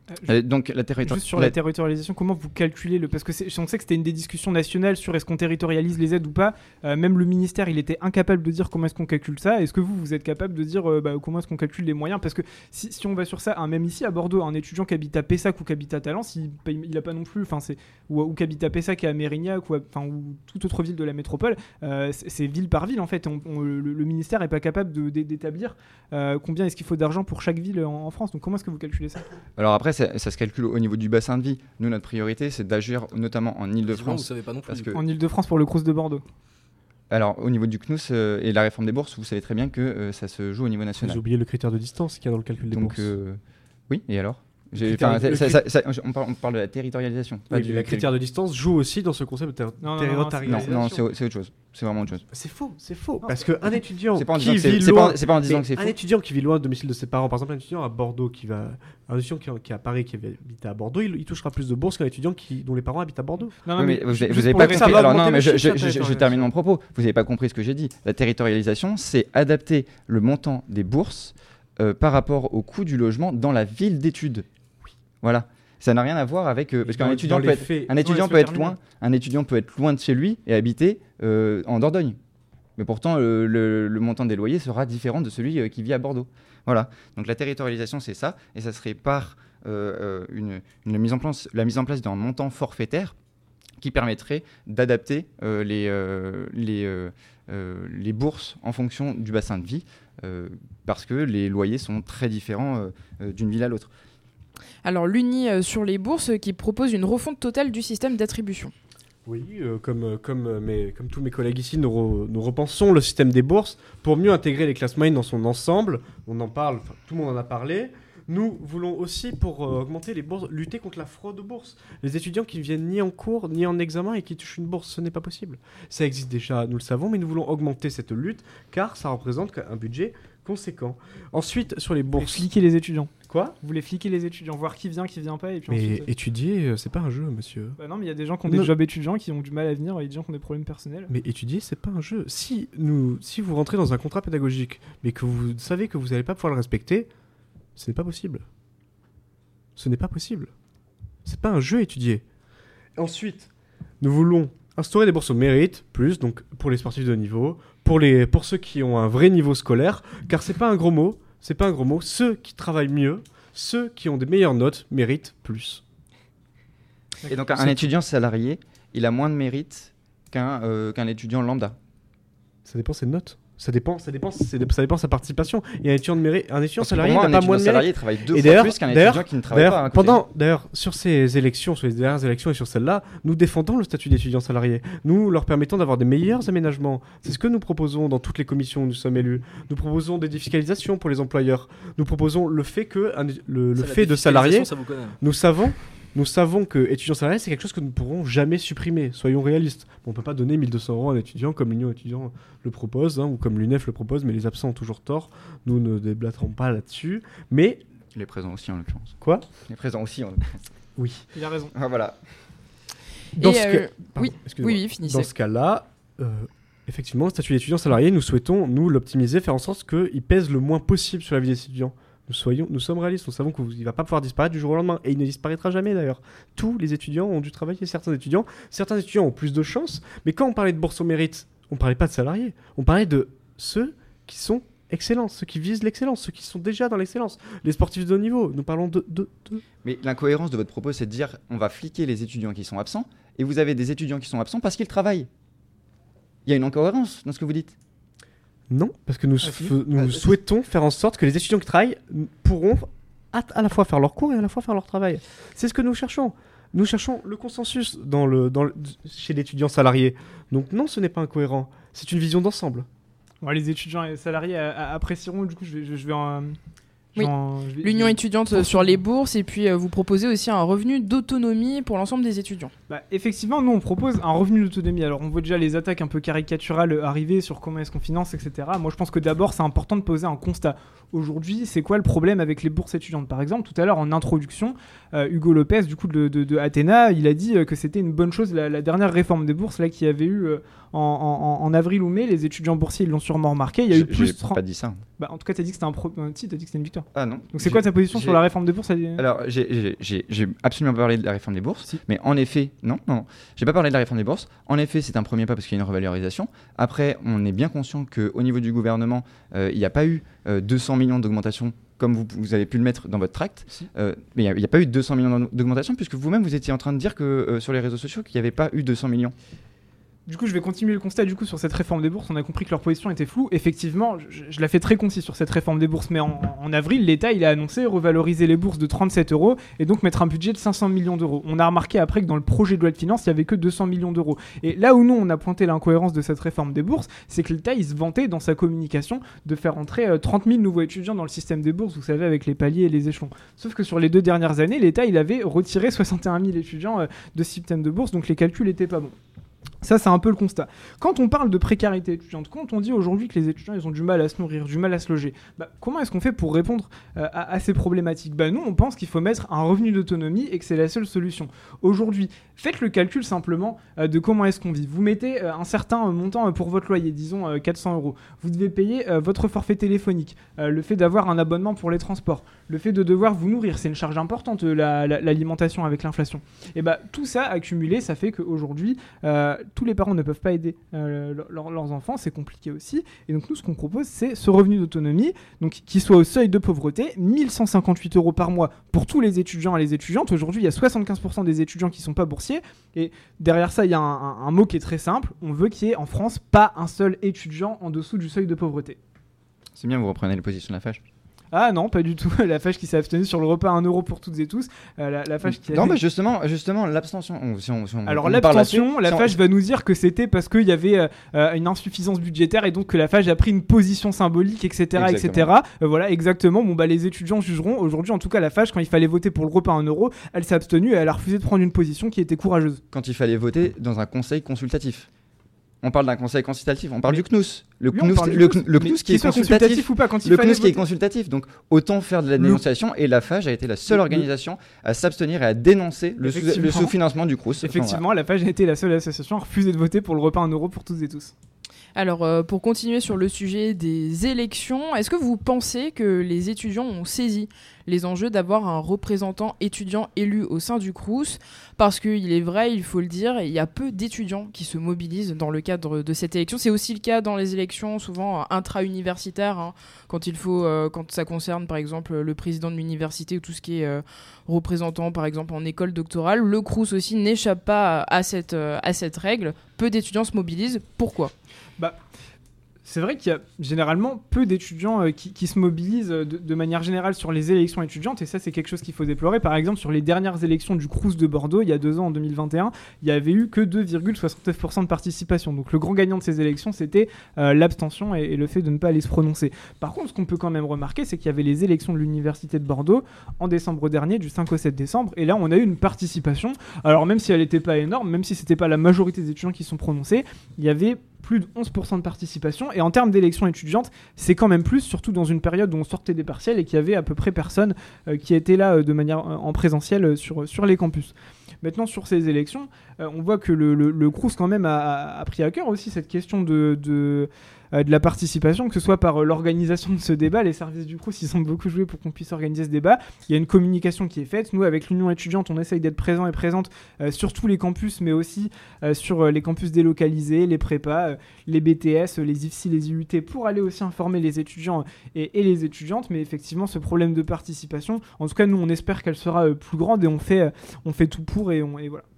Euh, donc la territori- Juste sur la- la territorialisation, comment vous calculez le... Parce que c'est... on sait que c'était une des discussions nationales sur est-ce qu'on territorialise les aides ou pas. Euh, même le ministère, il était incapable de dire comment est-ce qu'on calcule ça. Est-ce que vous, vous êtes capable de dire euh, bah, comment est-ce qu'on calcule les moyens? Parce que si, si on va sur ça, hein, même ici à Bordeaux, un étudiant qui habite à Pessac ou qui habite à Talence, il paye- il a pas non plus, enfin c'est ou, ou qui habite à Pessac et à Mérignac ou, à- enfin ou toute autre ville de la métropole, euh, c'est, c'est ville par ville en fait. On, on- le, le ministère est pas capable de, d'é- d'établir euh, combien est-ce qu'il faut d'argent pour chaque ville en, en France. Donc comment est-ce que vous calculez ça? Alors après, ça, ça se calcule au niveau du bassin de vie. Nous, notre priorité, c'est d'agir notamment en Vous Ile-de-France. savez pas non plus. Parce que- En Ile-de-France pour le Crous de Bordeaux. Alors, au niveau du C N U S euh, et la réforme des bourses, vous savez très bien que euh, ça se joue au niveau Vous national. oubliez le critère de distance qu'il y a dans le calcul des Donc, bourses. euh, oui, et alors J'ai- critère- enfin, le ça- cri- ça- ça- on, parle, on parle de la territorialisation. pas Oui, du mais le critère de distance joue aussi dans ce concept de ter- Non, non, non, Non, territorialisation. non, c'est au- c'est autre chose. C'est vraiment autre chose. C'est faux, c'est faux. Non, Parce qu'un étudiant C'est pas en qui disant que c'est- vit c'est loin, pas en- c'est pas en disant mais que c'est un faux. étudiant qui vit loin du domicile de ses parents, par exemple un étudiant à Bordeaux qui va, un étudiant qui, qui est à Paris qui habite à Bordeaux, il, il touchera plus de bourses qu'un étudiant qui, dont les parents habitent à Bordeaux. Non, Oui, mais vous ju- avez, vous juste avez pour pas rester- ça compris. va Alors non, augmenter mais le je, chiffre je- de la je- je territorialisation. termine mon propos. Vous n'avez pas compris ce que j'ai dit. La territorialisation, c'est adapter le montant des bourses euh, par rapport au coût du logement dans la ville d'études. Voilà. Ça n'a rien à voir avec euh, parce Dans- qu'un dans étudiant les peut être, faits- un étudiant se peut être terminer. loin, un étudiant peut être loin de chez lui et habiter euh, en Dordogne. Mais pourtant, le, le- le montant des loyers sera différent de celui euh, qui vit à Bordeaux. Voilà. Donc la territorialisation, c'est ça, et ça serait par euh, euh, une, une mise en place, la mise en place d'un montant forfaitaire qui permettrait d'adapter euh, les, euh, les, euh, euh, les bourses en fonction du bassin de vie, euh, parce que les loyers sont très différents euh, euh, d'une ville à l'autre. Alors l'Uni euh, sur les bourses euh, qui propose une refonte totale du système d'attribution. Oui, euh, comme, euh, comme, euh, mes- comme tous mes collègues ici, nous, re- nous repensons le système des bourses pour mieux intégrer les classes moyennes dans son ensemble. On en parle, enfin, tout le monde en a parlé. Nous voulons aussi, pour euh, augmenter les bourses, lutter contre la fraude aux bourses. Les étudiants qui ne viennent ni en cours, ni en examen et qui touchent une bourse, ce n'est pas possible. Ça existe déjà, nous le savons, mais nous voulons augmenter cette lutte car ça représente un budget conséquent. Ensuite, sur les Vous voulez bourses... fliquer les étudiants. Quoi? Vous voulez fliquer les étudiants, voir qui vient, qui vient pas, et puis Mais ensuite... étudier, euh, c'est pas un jeu, monsieur. Bah non, mais il y a des gens qui ont des Non. jobs étudiants qui ont du mal à venir et des gens qui ont des problèmes personnels. Mais étudier, c'est pas un jeu. Si, nous, si vous rentrez dans un contrat pédagogique, mais que vous savez que vous n'allez pas pouvoir le respecter, ce n'est pas possible. Ce n'est pas possible. C'est pas un jeu étudier. Ensuite, nous voulons instaurer des bourses au mérite, plus, donc pour les sportifs de haut niveau, pour, les, pour ceux qui ont un vrai niveau scolaire, car c'est pas un gros mot, c'est pas un gros mot, ceux qui travaillent mieux, ceux qui ont des meilleures notes méritent plus. Et donc un, C'est- étudiant salarié, il a moins de mérite qu'un euh, qu'un étudiant lambda. Ça dépend de ses notes. Ça dépend, ça dépend, c'est- ça dépend de sa participation. Et un étudiant, de mérite, un étudiant Parce que salarié pour moi, n'a un pas moins étudiant de mérite. salarié travaille deux Et fois d'ailleurs- plus qu'un d'ailleurs- étudiant qui ne travaille D'ailleurs, pas. à côté. pendant, d'ailleurs, sur ces élections, sur les dernières élections et sur celle-là, nous défendons le statut d'étudiant salarié. Nous leur permettons d'avoir des meilleurs aménagements. C'est ce que nous proposons dans toutes les commissions où nous sommes élus. Nous proposons des défiscalisations pour les employeurs. Nous proposons le fait que un- le, le Ça, la fait de défiscalisation, salarié, ça vous connaît. nous savons. Nous savons que étudiant salarié, c'est quelque chose que nous ne pourrons jamais supprimer. Soyons réalistes. On ne peut pas donner mille deux cents euros à un étudiant comme l'Union étudiant le propose, hein, ou comme l'U N E F le propose, mais les absents ont toujours tort. Nous ne débattrons pas là-dessus. Mais, Les présents aussi en l'occurrence. quoi? Les présents aussi en l'occurrence. Oui. Il a raison. Ah, voilà. Dans Et, ce euh, cas- Pardon, oui, excusez-moi. Oui, oui, finissez. Dans ce cas-là, euh, effectivement, le statut d'étudiant salarié, nous souhaitons, nous, l'optimiser, faire en sorte qu'il pèse le moins possible sur la vie des étudiants. Nous, soyons, nous sommes réalistes, nous savons qu'il ne va pas pouvoir disparaître du jour au lendemain, et il ne disparaîtra jamais d'ailleurs. Tous les étudiants ont dû travailler, certains étudiants, certains étudiants ont plus de chance, mais quand on parlait de bourse au mérite, on ne parlait pas de salariés, on parlait de ceux qui sont excellents, ceux qui visent l'excellence, ceux qui sont déjà dans l'excellence, les sportifs de haut niveau, nous parlons de... de, de... Mais l'incohérence de votre propos, c'est de dire on va fliquer les étudiants qui sont absents, et vous avez des étudiants qui sont absents parce qu'ils travaillent. Il y a une incohérence dans ce que vous dites. Non, parce que nous, Ah, si. f- nous Ah, souhaitons faire en sorte que les étudiants qui travaillent n- pourront à, à la fois faire leur cours et à la fois faire leur travail. C'est ce que nous cherchons. Nous cherchons le consensus dans le, dans le- chez l'étudiant salarié. Donc non, ce n'est pas incohérent. C'est une vision d'ensemble. Bon, les étudiants et salariés a- a- apprécieront, du coup, je vais, je, je vais en. je Oui. vais en- je vais- L'Union je vais- étudiante euh, sur les bourses et puis euh, vous proposez aussi un revenu d'autonomie pour l'ensemble des étudiants. Bah, effectivement, nous on propose un revenu d'autonomie. Alors on voit déjà les attaques un peu caricaturales euh, arriver sur comment est-ce qu'on finance, et cetera. Moi je pense que d'abord c'est important de poser un constat. Aujourd'hui, c'est quoi le problème avec les bourses étudiantes? Par exemple, tout à l'heure en introduction, euh, Hugo Lopez, du coup de, de, de Athéna, il a dit euh, que c'était une bonne chose la, la dernière réforme des bourses là qu'il y avait eu euh, en, en- en avril ou mai. Les étudiants boursiers ils l'ont sûrement remarqué. Il y a eu J'ai- plus J'ai de trente pas dit ça. Bah, en tout cas, t'as dit que c'était un pro... euh, si, t'as dit que c'était une victoire. Ah non. Donc c'est J'ai- quoi ta position j'ai- sur la réforme des bourses Ali Alors, j'ai- j'ai j'ai- j'ai absolument pas parlé de la réforme des bourses, Si. mais en effet, non, non, non, j'ai pas parlé de la réforme des bourses. En effet, c'est un premier pas parce qu'il y a une revalorisation. Après, on est bien conscient qu'au niveau du gouvernement, euh, il n'y a pas eu euh, deux cents millions d'augmentation comme vous, vous avez pu le mettre dans votre tract. Si. Euh, mais il n'y a, a pas eu deux cents millions d'augmentation puisque vous-même, vous étiez en train de dire que euh, sur les réseaux sociaux qu'il n'y avait pas eu deux cents millions. Du coup, je vais continuer le constat du coup sur cette réforme des bourses. On a compris que leur position était floue. Effectivement, je, je la fais très concis sur cette réforme des bourses, mais en, en avril, l'État il a annoncé revaloriser les bourses de trente-sept euros et donc mettre un budget de cinq cents millions d'euros. On a remarqué après que dans le projet de loi de finances, il y avait que deux cents millions d'euros. Et là où nous, on a pointé l'incohérence de cette réforme des bourses, c'est que l'État il se vantait dans sa communication de faire entrer euh, trente mille nouveaux étudiants dans le système des bourses, vous savez, avec les paliers et les échelons. Sauf que sur les deux dernières années, l'État il avait retiré soixante et un mille étudiants euh, de ce système de bourse, donc les calculs n'étaient pas bons. Ça, c'est un peu le constat. Quand on parle de précarité étudiante, quand on dit aujourd'hui que les étudiants ils ont du mal à se nourrir, du mal à se loger, bah, comment est-ce qu'on fait pour répondre euh, à, à ces problématiques ? Bah, nous, on pense qu'il faut mettre un revenu d'autonomie et que c'est la seule solution. Aujourd'hui, faites le calcul simplement euh, de comment est-ce qu'on vit. Vous mettez euh, un certain montant euh, pour votre loyer, disons euh, quatre cents euros. Vous devez payer euh, votre forfait téléphonique, euh, le fait d'avoir un abonnement pour les transports, le fait de devoir vous nourrir, c'est une charge importante, euh, la, la, l'alimentation avec l'inflation. Et bah, tout ça accumulé, ça fait qu'aujourd'hui, euh, tous les parents ne peuvent pas aider euh, leur, leurs enfants, c'est compliqué aussi. Et donc nous, ce qu'on propose, c'est ce revenu d'autonomie, donc qui soit au seuil de pauvreté, mille cent cinquante-huit euros par mois pour tous les étudiants et les étudiantes. Aujourd'hui, il y a soixante-quinze pour cent des étudiants qui ne sont pas boursiers. Et derrière ça, il y a un, un, un mot qui est très simple. On veut qu'il y ait en France pas un seul étudiant en dessous du seuil de pauvreté. C'est bien, vous reprenez les positions de la F A G. Ah non, pas du tout. La F A G qui s'est abstenue sur le repas à un euro pour toutes et tous. Euh, la, la F A G qui a Non, dit- mais justement, justement l'abstention. on- si on- si on- Alors on parle l'abstention, là-dessus, la si on- F A G va nous dire que c'était parce qu'il y avait euh, euh, une insuffisance budgétaire et donc que la F A G a pris une position symbolique, et cetera, et cetera. Euh, voilà, exactement. Bon bah les étudiants jugeront. Aujourd'hui, en tout cas, la F A G, quand il fallait voter pour le repas à un euro, elle s'est abstenue et elle a refusé de prendre une position qui était courageuse. Quand il fallait voter dans un conseil consultatif. On parle d'un conseil consultatif, on parle Mais- du C N U S. Le Oui, C N U on S, parle du le, C N U S, le mais C N U S qui est soit consultatif. ou pas quand il Le fallait C N U S qui est voter. consultatif, donc autant faire de la Le- dénonciation et la F A G a été la seule Le- organisation à s'abstenir et à dénoncer le, sous- le Effectivement. sous-financement du C R U S. Effectivement, la F A G a été la seule association à refuser de voter pour le repas à un euro pour toutes et tous. Alors, euh, pour continuer sur le sujet des élections, est-ce que vous pensez que les étudiants ont saisi les enjeux d'avoir un représentant étudiant élu au sein du C R U S ? Parce qu'il est vrai, il faut le dire, il y a peu d'étudiants qui se mobilisent dans le cadre de cette élection. C'est aussi le cas dans les élections, souvent intra-universitaires, hein, quand, il faut, euh, quand ça concerne par exemple le président de l'université ou tout ce qui est euh, représentant par exemple en école doctorale. Le C R U S aussi n'échappe pas à cette, euh, à cette règle. Peu d'étudiants se mobilisent. Pourquoi ? Bah, c'est vrai qu'il y a généralement peu d'étudiants euh, qui, qui se mobilisent euh, de, de manière générale sur les élections étudiantes, et ça c'est quelque chose qu'il faut déplorer. Par exemple, sur les dernières élections du C R U S de Bordeaux, il y a deux ans, en deux mille vingt et un, il y avait eu que deux virgule soixante-neuf pour cent de participation. Donc le grand gagnant de ces élections, c'était euh, l'abstention et, et le fait de ne pas aller se prononcer. Par contre, ce qu'on peut quand même remarquer, c'est qu'il y avait les élections de l'université de Bordeaux en décembre dernier, du cinq au sept décembre, et là on a eu une participation. Alors même si elle n'était pas énorme, même si c'était pas la majorité des étudiants qui se sont prononcés, il y avait plus de onze pour cent de participation, et en termes d'élections étudiantes, c'est quand même plus, surtout dans une période où on sortait des partiels et qu'il y avait à peu près personne euh, qui était là euh, de manière euh, en présentiel euh, sur, sur les campus. Maintenant, sur ces élections, euh, on voit que le, le, le C R U S quand même a, a pris à cœur aussi cette question de, de, euh, de la participation, que ce soit par euh, l'organisation de ce débat. Les services du C R U S, ils ont beaucoup joué pour qu'on puisse organiser ce débat. Il y a une communication qui est faite. Nous, avec l'Union étudiante, on essaye d'être présents et présentes euh, sur tous les campus, mais aussi euh, sur euh, les campus délocalisés, les prépas, euh, les B T S, euh, les I F C, les I U T, pour aller aussi informer les étudiants et, et les étudiantes. Mais effectivement, ce problème de participation, en tout cas, nous, on espère qu'elle sera euh, plus grande, et on fait, euh, on fait tout pour, et, on, et voilà.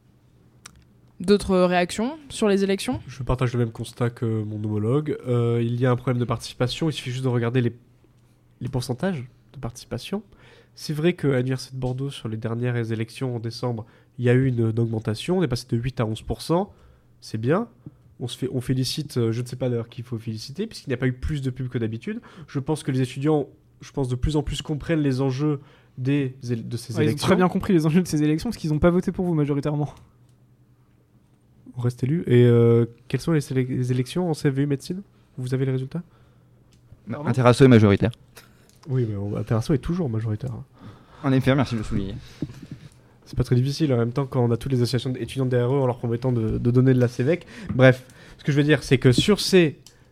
D'autres réactions sur les élections ? Je partage le même constat que mon homologue. Euh, il y a un problème de participation. Il suffit juste de regarder les, les pourcentages de participation. C'est vrai qu'à l'Université de Bordeaux, sur les dernières élections en décembre, il y a eu une, une augmentation. On est passé de huit à onze pour cent. C'est bien. On, se fait, on félicite, euh, je ne sais pas d'ailleurs qui il faut féliciter, puisqu'il n'y a pas eu plus de pubs que d'habitude. Je pense que les étudiants, je pense, de plus en plus comprennent les enjeux des, de ces Ouais, ils ont élections. très bien compris les enjeux de ces élections, parce qu'ils n'ont pas voté pour vous majoritairement. On reste élu. Et euh, quelles sont les, sélec- les élections en C V U médecine ? Vous avez les résultats ? Pardon Interasso est majoritaire. Oui, mais on- Interasso est toujours majoritaire. hein. En effet, merci de le souligner. C'est pas très difficile en même temps quand on a toutes les associations étudiants de D R E en leur promettant de, de donner de la C V E C. Bref, ce que je veux dire, c'est que sur ces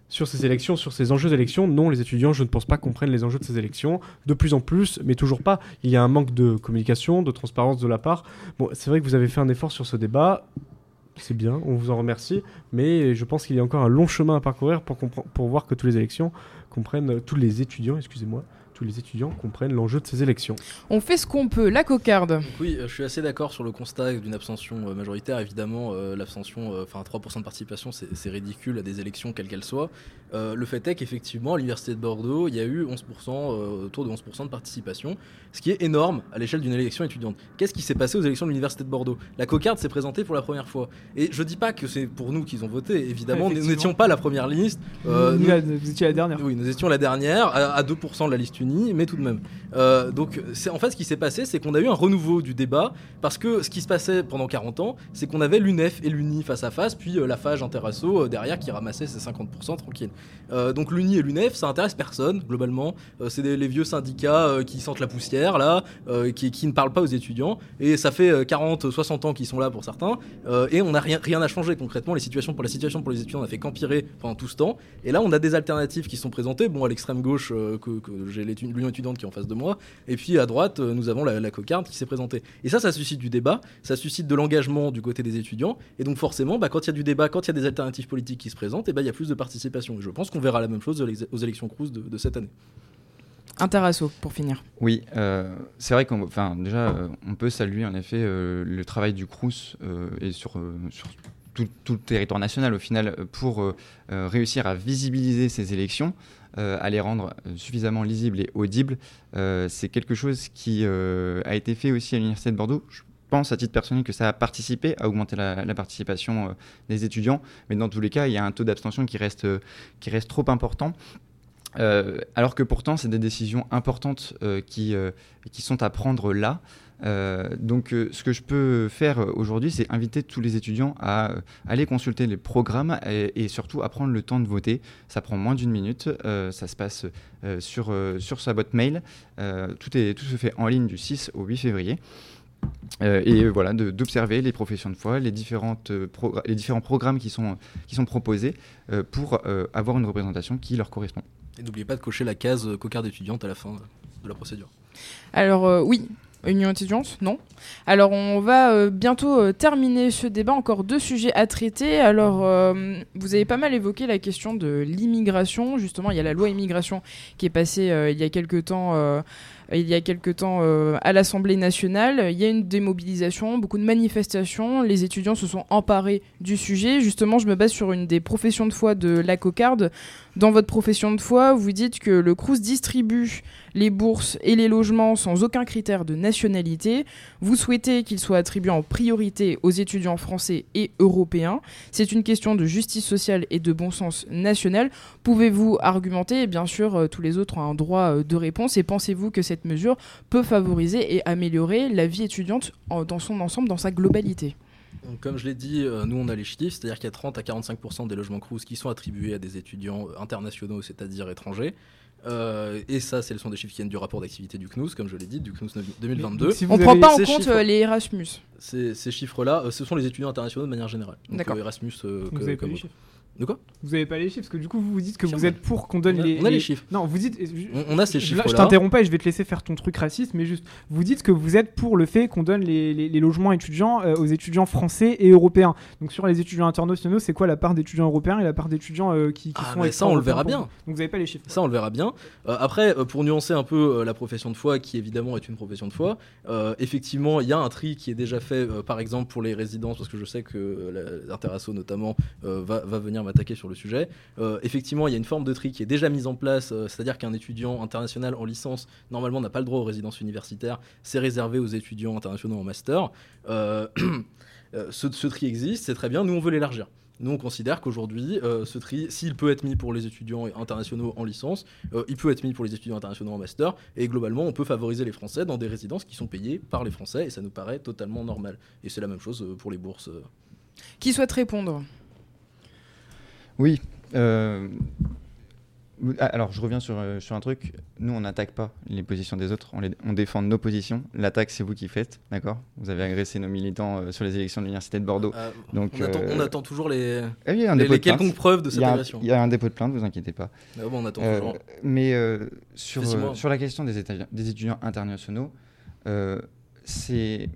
sur ces élections, sur ces enjeux d'élections. Non, les étudiants, je ne pense pas, comprennent les enjeux de ces élections. De plus en plus, mais toujours pas. Il y a un manque de communication, de transparence de la part. Bon, c'est vrai que vous avez fait un effort sur ce débat. C'est bien, on vous en remercie. Mais je pense qu'il y a encore un long chemin à parcourir pour, compre- pour voir que toutes les élections comprennent, tous les étudiants, excusez-moi, tous les étudiants comprennent l'enjeu de ces élections. On fait ce qu'on peut. La cocarde. Donc oui, euh, je suis assez d'accord sur le constat d'une abstention euh, majoritaire. Évidemment, euh, l'abstention, enfin trois pour cent de participation, c'est, c'est ridicule à des élections quelles qu'elles soient. Euh, le fait est qu'effectivement, à l'université de Bordeaux, il y a eu onze pour cent, euh, autour de onze pour cent de participation, ce qui est énorme à l'échelle d'une élection étudiante. Qu'est-ce qui s'est passé aux élections de l'université de Bordeaux ? La cocarde s'est présentée pour la première fois. Et je dis pas que c'est pour nous qu'ils ont voté. Évidemment, Ouais, nous n'étions pas la première liste. Euh, Euh, nous, nous- là, vous étiez la dernière. Oui, nous étions la dernière, à, à deux pour cent de la liste unie, mais tout de même. Euh, donc, c'est, en fait, ce qui s'est passé, c'est qu'on a eu un renouveau du débat, parce que ce qui se passait pendant quarante ans, c'est qu'on avait l'U N E F et l'U N I face à face, puis euh, la Fage Interasso euh, derrière qui ramassait ses cinquante pour cent tranquille. Euh, donc l'U N I et l'U N E F, ça intéresse personne, globalement. Euh, c'est des, les vieux syndicats euh, qui sentent la poussière, là, euh, qui, qui ne parlent pas aux étudiants, et ça fait euh, quarante, soixante ans qu'ils sont là pour certains, euh, et on n'a rien, rien à changer concrètement. Les situations pour la situation pour les étudiants n'a fait qu'empirer pendant tout ce temps, et là on a des alternatives qui sont présentées. Bon, à l'extrême gauche, euh, que, que j'ai l'étu- l'Union étudiante qui est en face de moi, et puis à droite, euh, nous avons la, la cocarde qui s'est présentée. Et ça, ça suscite du débat, ça suscite de l'engagement du côté des étudiants, et donc forcément, bah, quand il y a du débat, quand il y a des alternatives politiques qui se présentent, et bah, il y a plus de participation. Et je pense qu'on verra la même chose aux éle- aux élections Crous de, de cette année. Interasso, pour finir. Oui, euh, c'est vrai qu'on enfin, déjà, euh, on peut saluer en effet euh, le travail du Crous euh, et sur, euh, sur tout, tout le territoire national au final euh, pour euh, euh, réussir à visibiliser ces élections, euh, à les rendre euh, suffisamment lisibles et audibles. Euh, c'est quelque chose qui euh, a été fait aussi à l'Université de Bordeaux. Je pense à titre personnel que ça a participé à augmenter la, la participation euh, des étudiants, mais dans tous les cas, il y a un taux d'abstention qui reste, euh, qui reste trop important. Euh, alors que pourtant, c'est des décisions importantes euh, qui, euh, qui sont à prendre là. Euh, donc, euh, ce que je peux faire euh, aujourd'hui, c'est inviter tous les étudiants à euh, aller consulter les programmes et, et surtout à prendre le temps de voter. Ça prend moins d'une minute. Euh, ça se passe euh, sur, euh, sur sa boîte mail. Euh, tout, est, tout se fait en ligne du six au huit février. Euh, et euh, voilà, de, d'observer les professions de foi, les, différentes, euh, progr- les différents programmes qui sont, qui sont proposés euh, pour euh, avoir une représentation qui leur correspond. Et n'oubliez pas de cocher la case euh, cocarde étudiante à la fin de la procédure. Alors euh, oui, Union étudiante, non. Alors on va euh, bientôt euh, terminer ce débat, encore deux sujets à traiter. Alors euh, vous avez pas mal évoqué la question de l'immigration, justement il y a la loi immigration qui est passée euh, il y a quelques temps euh, il y a quelque temps euh, à l'Assemblée nationale. Il y a une démobilisation, beaucoup de manifestations, les étudiants se sont emparés du sujet. Justement, je me base sur une des professions de foi de la cocarde. Dans votre profession de foi, vous dites que le Crous distribue les bourses et les logements sans aucun critère de nationalité. Vous souhaitez qu'ils soient attribués en priorité aux étudiants français et européens. C'est une question de justice sociale et de bon sens national. Pouvez-vous argumenter ? Et bien sûr, euh, tous les autres ont un droit euh, de réponse. Et pensez-vous que cette mesure peut favoriser et améliorer la vie étudiante en, dans son ensemble, dans sa globalité ? Donc, comme je l'ai dit, euh, nous on a les chiffres, c'est-à-dire qu'il y a trente à quarante-cinq pour cent des logements Crous qui sont attribués à des étudiants euh, internationaux, c'est-à-dire étrangers. Euh, et ça, ce sont des chiffres qui viennent du rapport d'activité du C N U S, comme je l'ai dit, du C N U S deux mille vingt-deux. Donc, si vous On ne avez- prend pas en ces compte chiffres- euh, les Erasmus. Ces, ces chiffres-là, euh, ce sont les étudiants internationaux de manière générale. Donc, D'accord. euh, Erasmus, euh, Vous que- avez pas comme les autre. chiffres. De quoi ? Vous avez pas les chiffres parce que du coup vous vous dites que Si, vous on a- êtes pour qu'on donne on a- les. on a les chiffres. Non, vous dites. On, on a ces Je- chiffres-là. Je t'interromps pas et je vais te laisser faire ton truc raciste, mais juste, vous dites que vous êtes pour le fait qu'on donne les, les- les logements étudiants euh, aux étudiants français et européens. Donc sur les étudiants internationaux, c'est quoi la part d'étudiants européens et la part d'étudiants euh, qui, qui Ah, sont mais ça, on le verra extra-européens bien. pour vous. Donc vous avez pas les chiffres. Ça, on le verra bien. Euh, après, euh, pour nuancer un peu euh, la profession de foi, qui évidemment est une profession de foi, euh, effectivement, il y a un tri qui est déjà fait, euh, par exemple, pour les résidences, parce que je sais que euh, l'Interasso, notamment, euh, va, va venir m'attaquer sur le sujet. Euh, effectivement, il y a une forme de tri qui est déjà mise en place, euh, c'est-à-dire qu'un étudiant international en licence, normalement, n'a pas le droit aux résidences universitaires. C'est réservé aux étudiants internationaux en master. Euh, euh, ce, ce tri existe, c'est très bien. Nous, on veut l'élargir. Nous, on considère qu'aujourd'hui, euh, ce tri, s'il peut être mis pour les étudiants internationaux en licence, euh, il peut être mis pour les étudiants internationaux en master, et globalement, on peut favoriser les Français dans des résidences qui sont payées par les Français, et ça nous paraît totalement normal. Et c'est la même chose euh, pour les bourses. euh. Qui souhaite répondre ? Oui. Euh, Ah, alors, je reviens sur, euh, sur un truc. Nous, on n'attaque pas les positions des autres. On, les, on défend nos positions. L'attaque, c'est vous qui faites, d'accord ? Vous avez agressé nos militants euh, sur les élections de l'Université de Bordeaux. Euh, Donc, on, attend, euh, on attend toujours les, ah oui, un les, dépôt les de plainte. quelconques preuves de Il cette y a un- agression. Il y a un dépôt de plainte, vous inquiétez pas. Ah bon, on attend Euh, toujours. mais euh, sur, Ça fait six euh, mois. sur la question des, éta- des étudiants internationaux, euh, c'est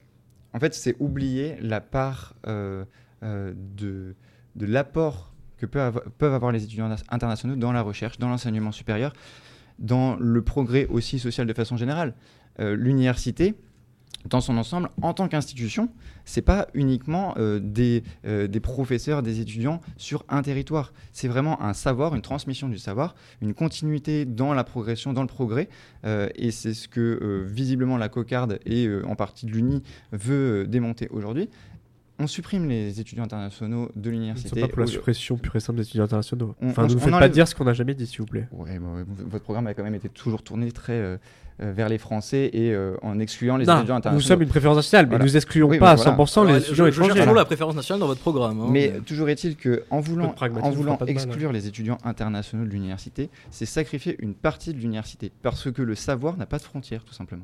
en fait c'est oublier la part euh, euh, de, de l'apport que peuvent avoir, peuvent avoir les étudiants nas- internationaux dans la recherche, dans l'enseignement supérieur, dans le progrès aussi social de façon générale. Euh, l'université, dans son ensemble, en tant qu'institution, c'est pas uniquement euh, des, euh, des professeurs, des étudiants sur un territoire. C'est vraiment un savoir, une transmission du savoir, une continuité dans la progression, dans le progrès. Euh, et c'est ce que euh, visiblement la cocarde et euh, en partie de l'Uni veut euh, démonter aujourd'hui. On supprime les étudiants internationaux de Nous ne l'université. sommes pas pour la Au- suppression pure et simple des étudiants internationaux. On- Enfin, on- ne nous on faites pas enlève- dire ce qu'on n'a jamais dit, s'il vous plaît. Ouais, bon, ouais, v- votre programme a quand même été toujours tourné très euh, euh, vers les Français et euh, en excluant les Non, étudiants nous internationaux. sommes une préférence nationale, mais Voilà. nous excluons Oui, pas à mais voilà. cent pour cent Alors, les je, étudiants je cherche étrangers. toujours la préférence nationale dans votre programme. hein, Mais toujours est-il que en voulant, de pragmatisme en voulant fera pas de mal, exclure les étudiants internationaux de l'université, c'est sacrifier une partie de l'université parce que le savoir n'a pas de frontières, tout simplement.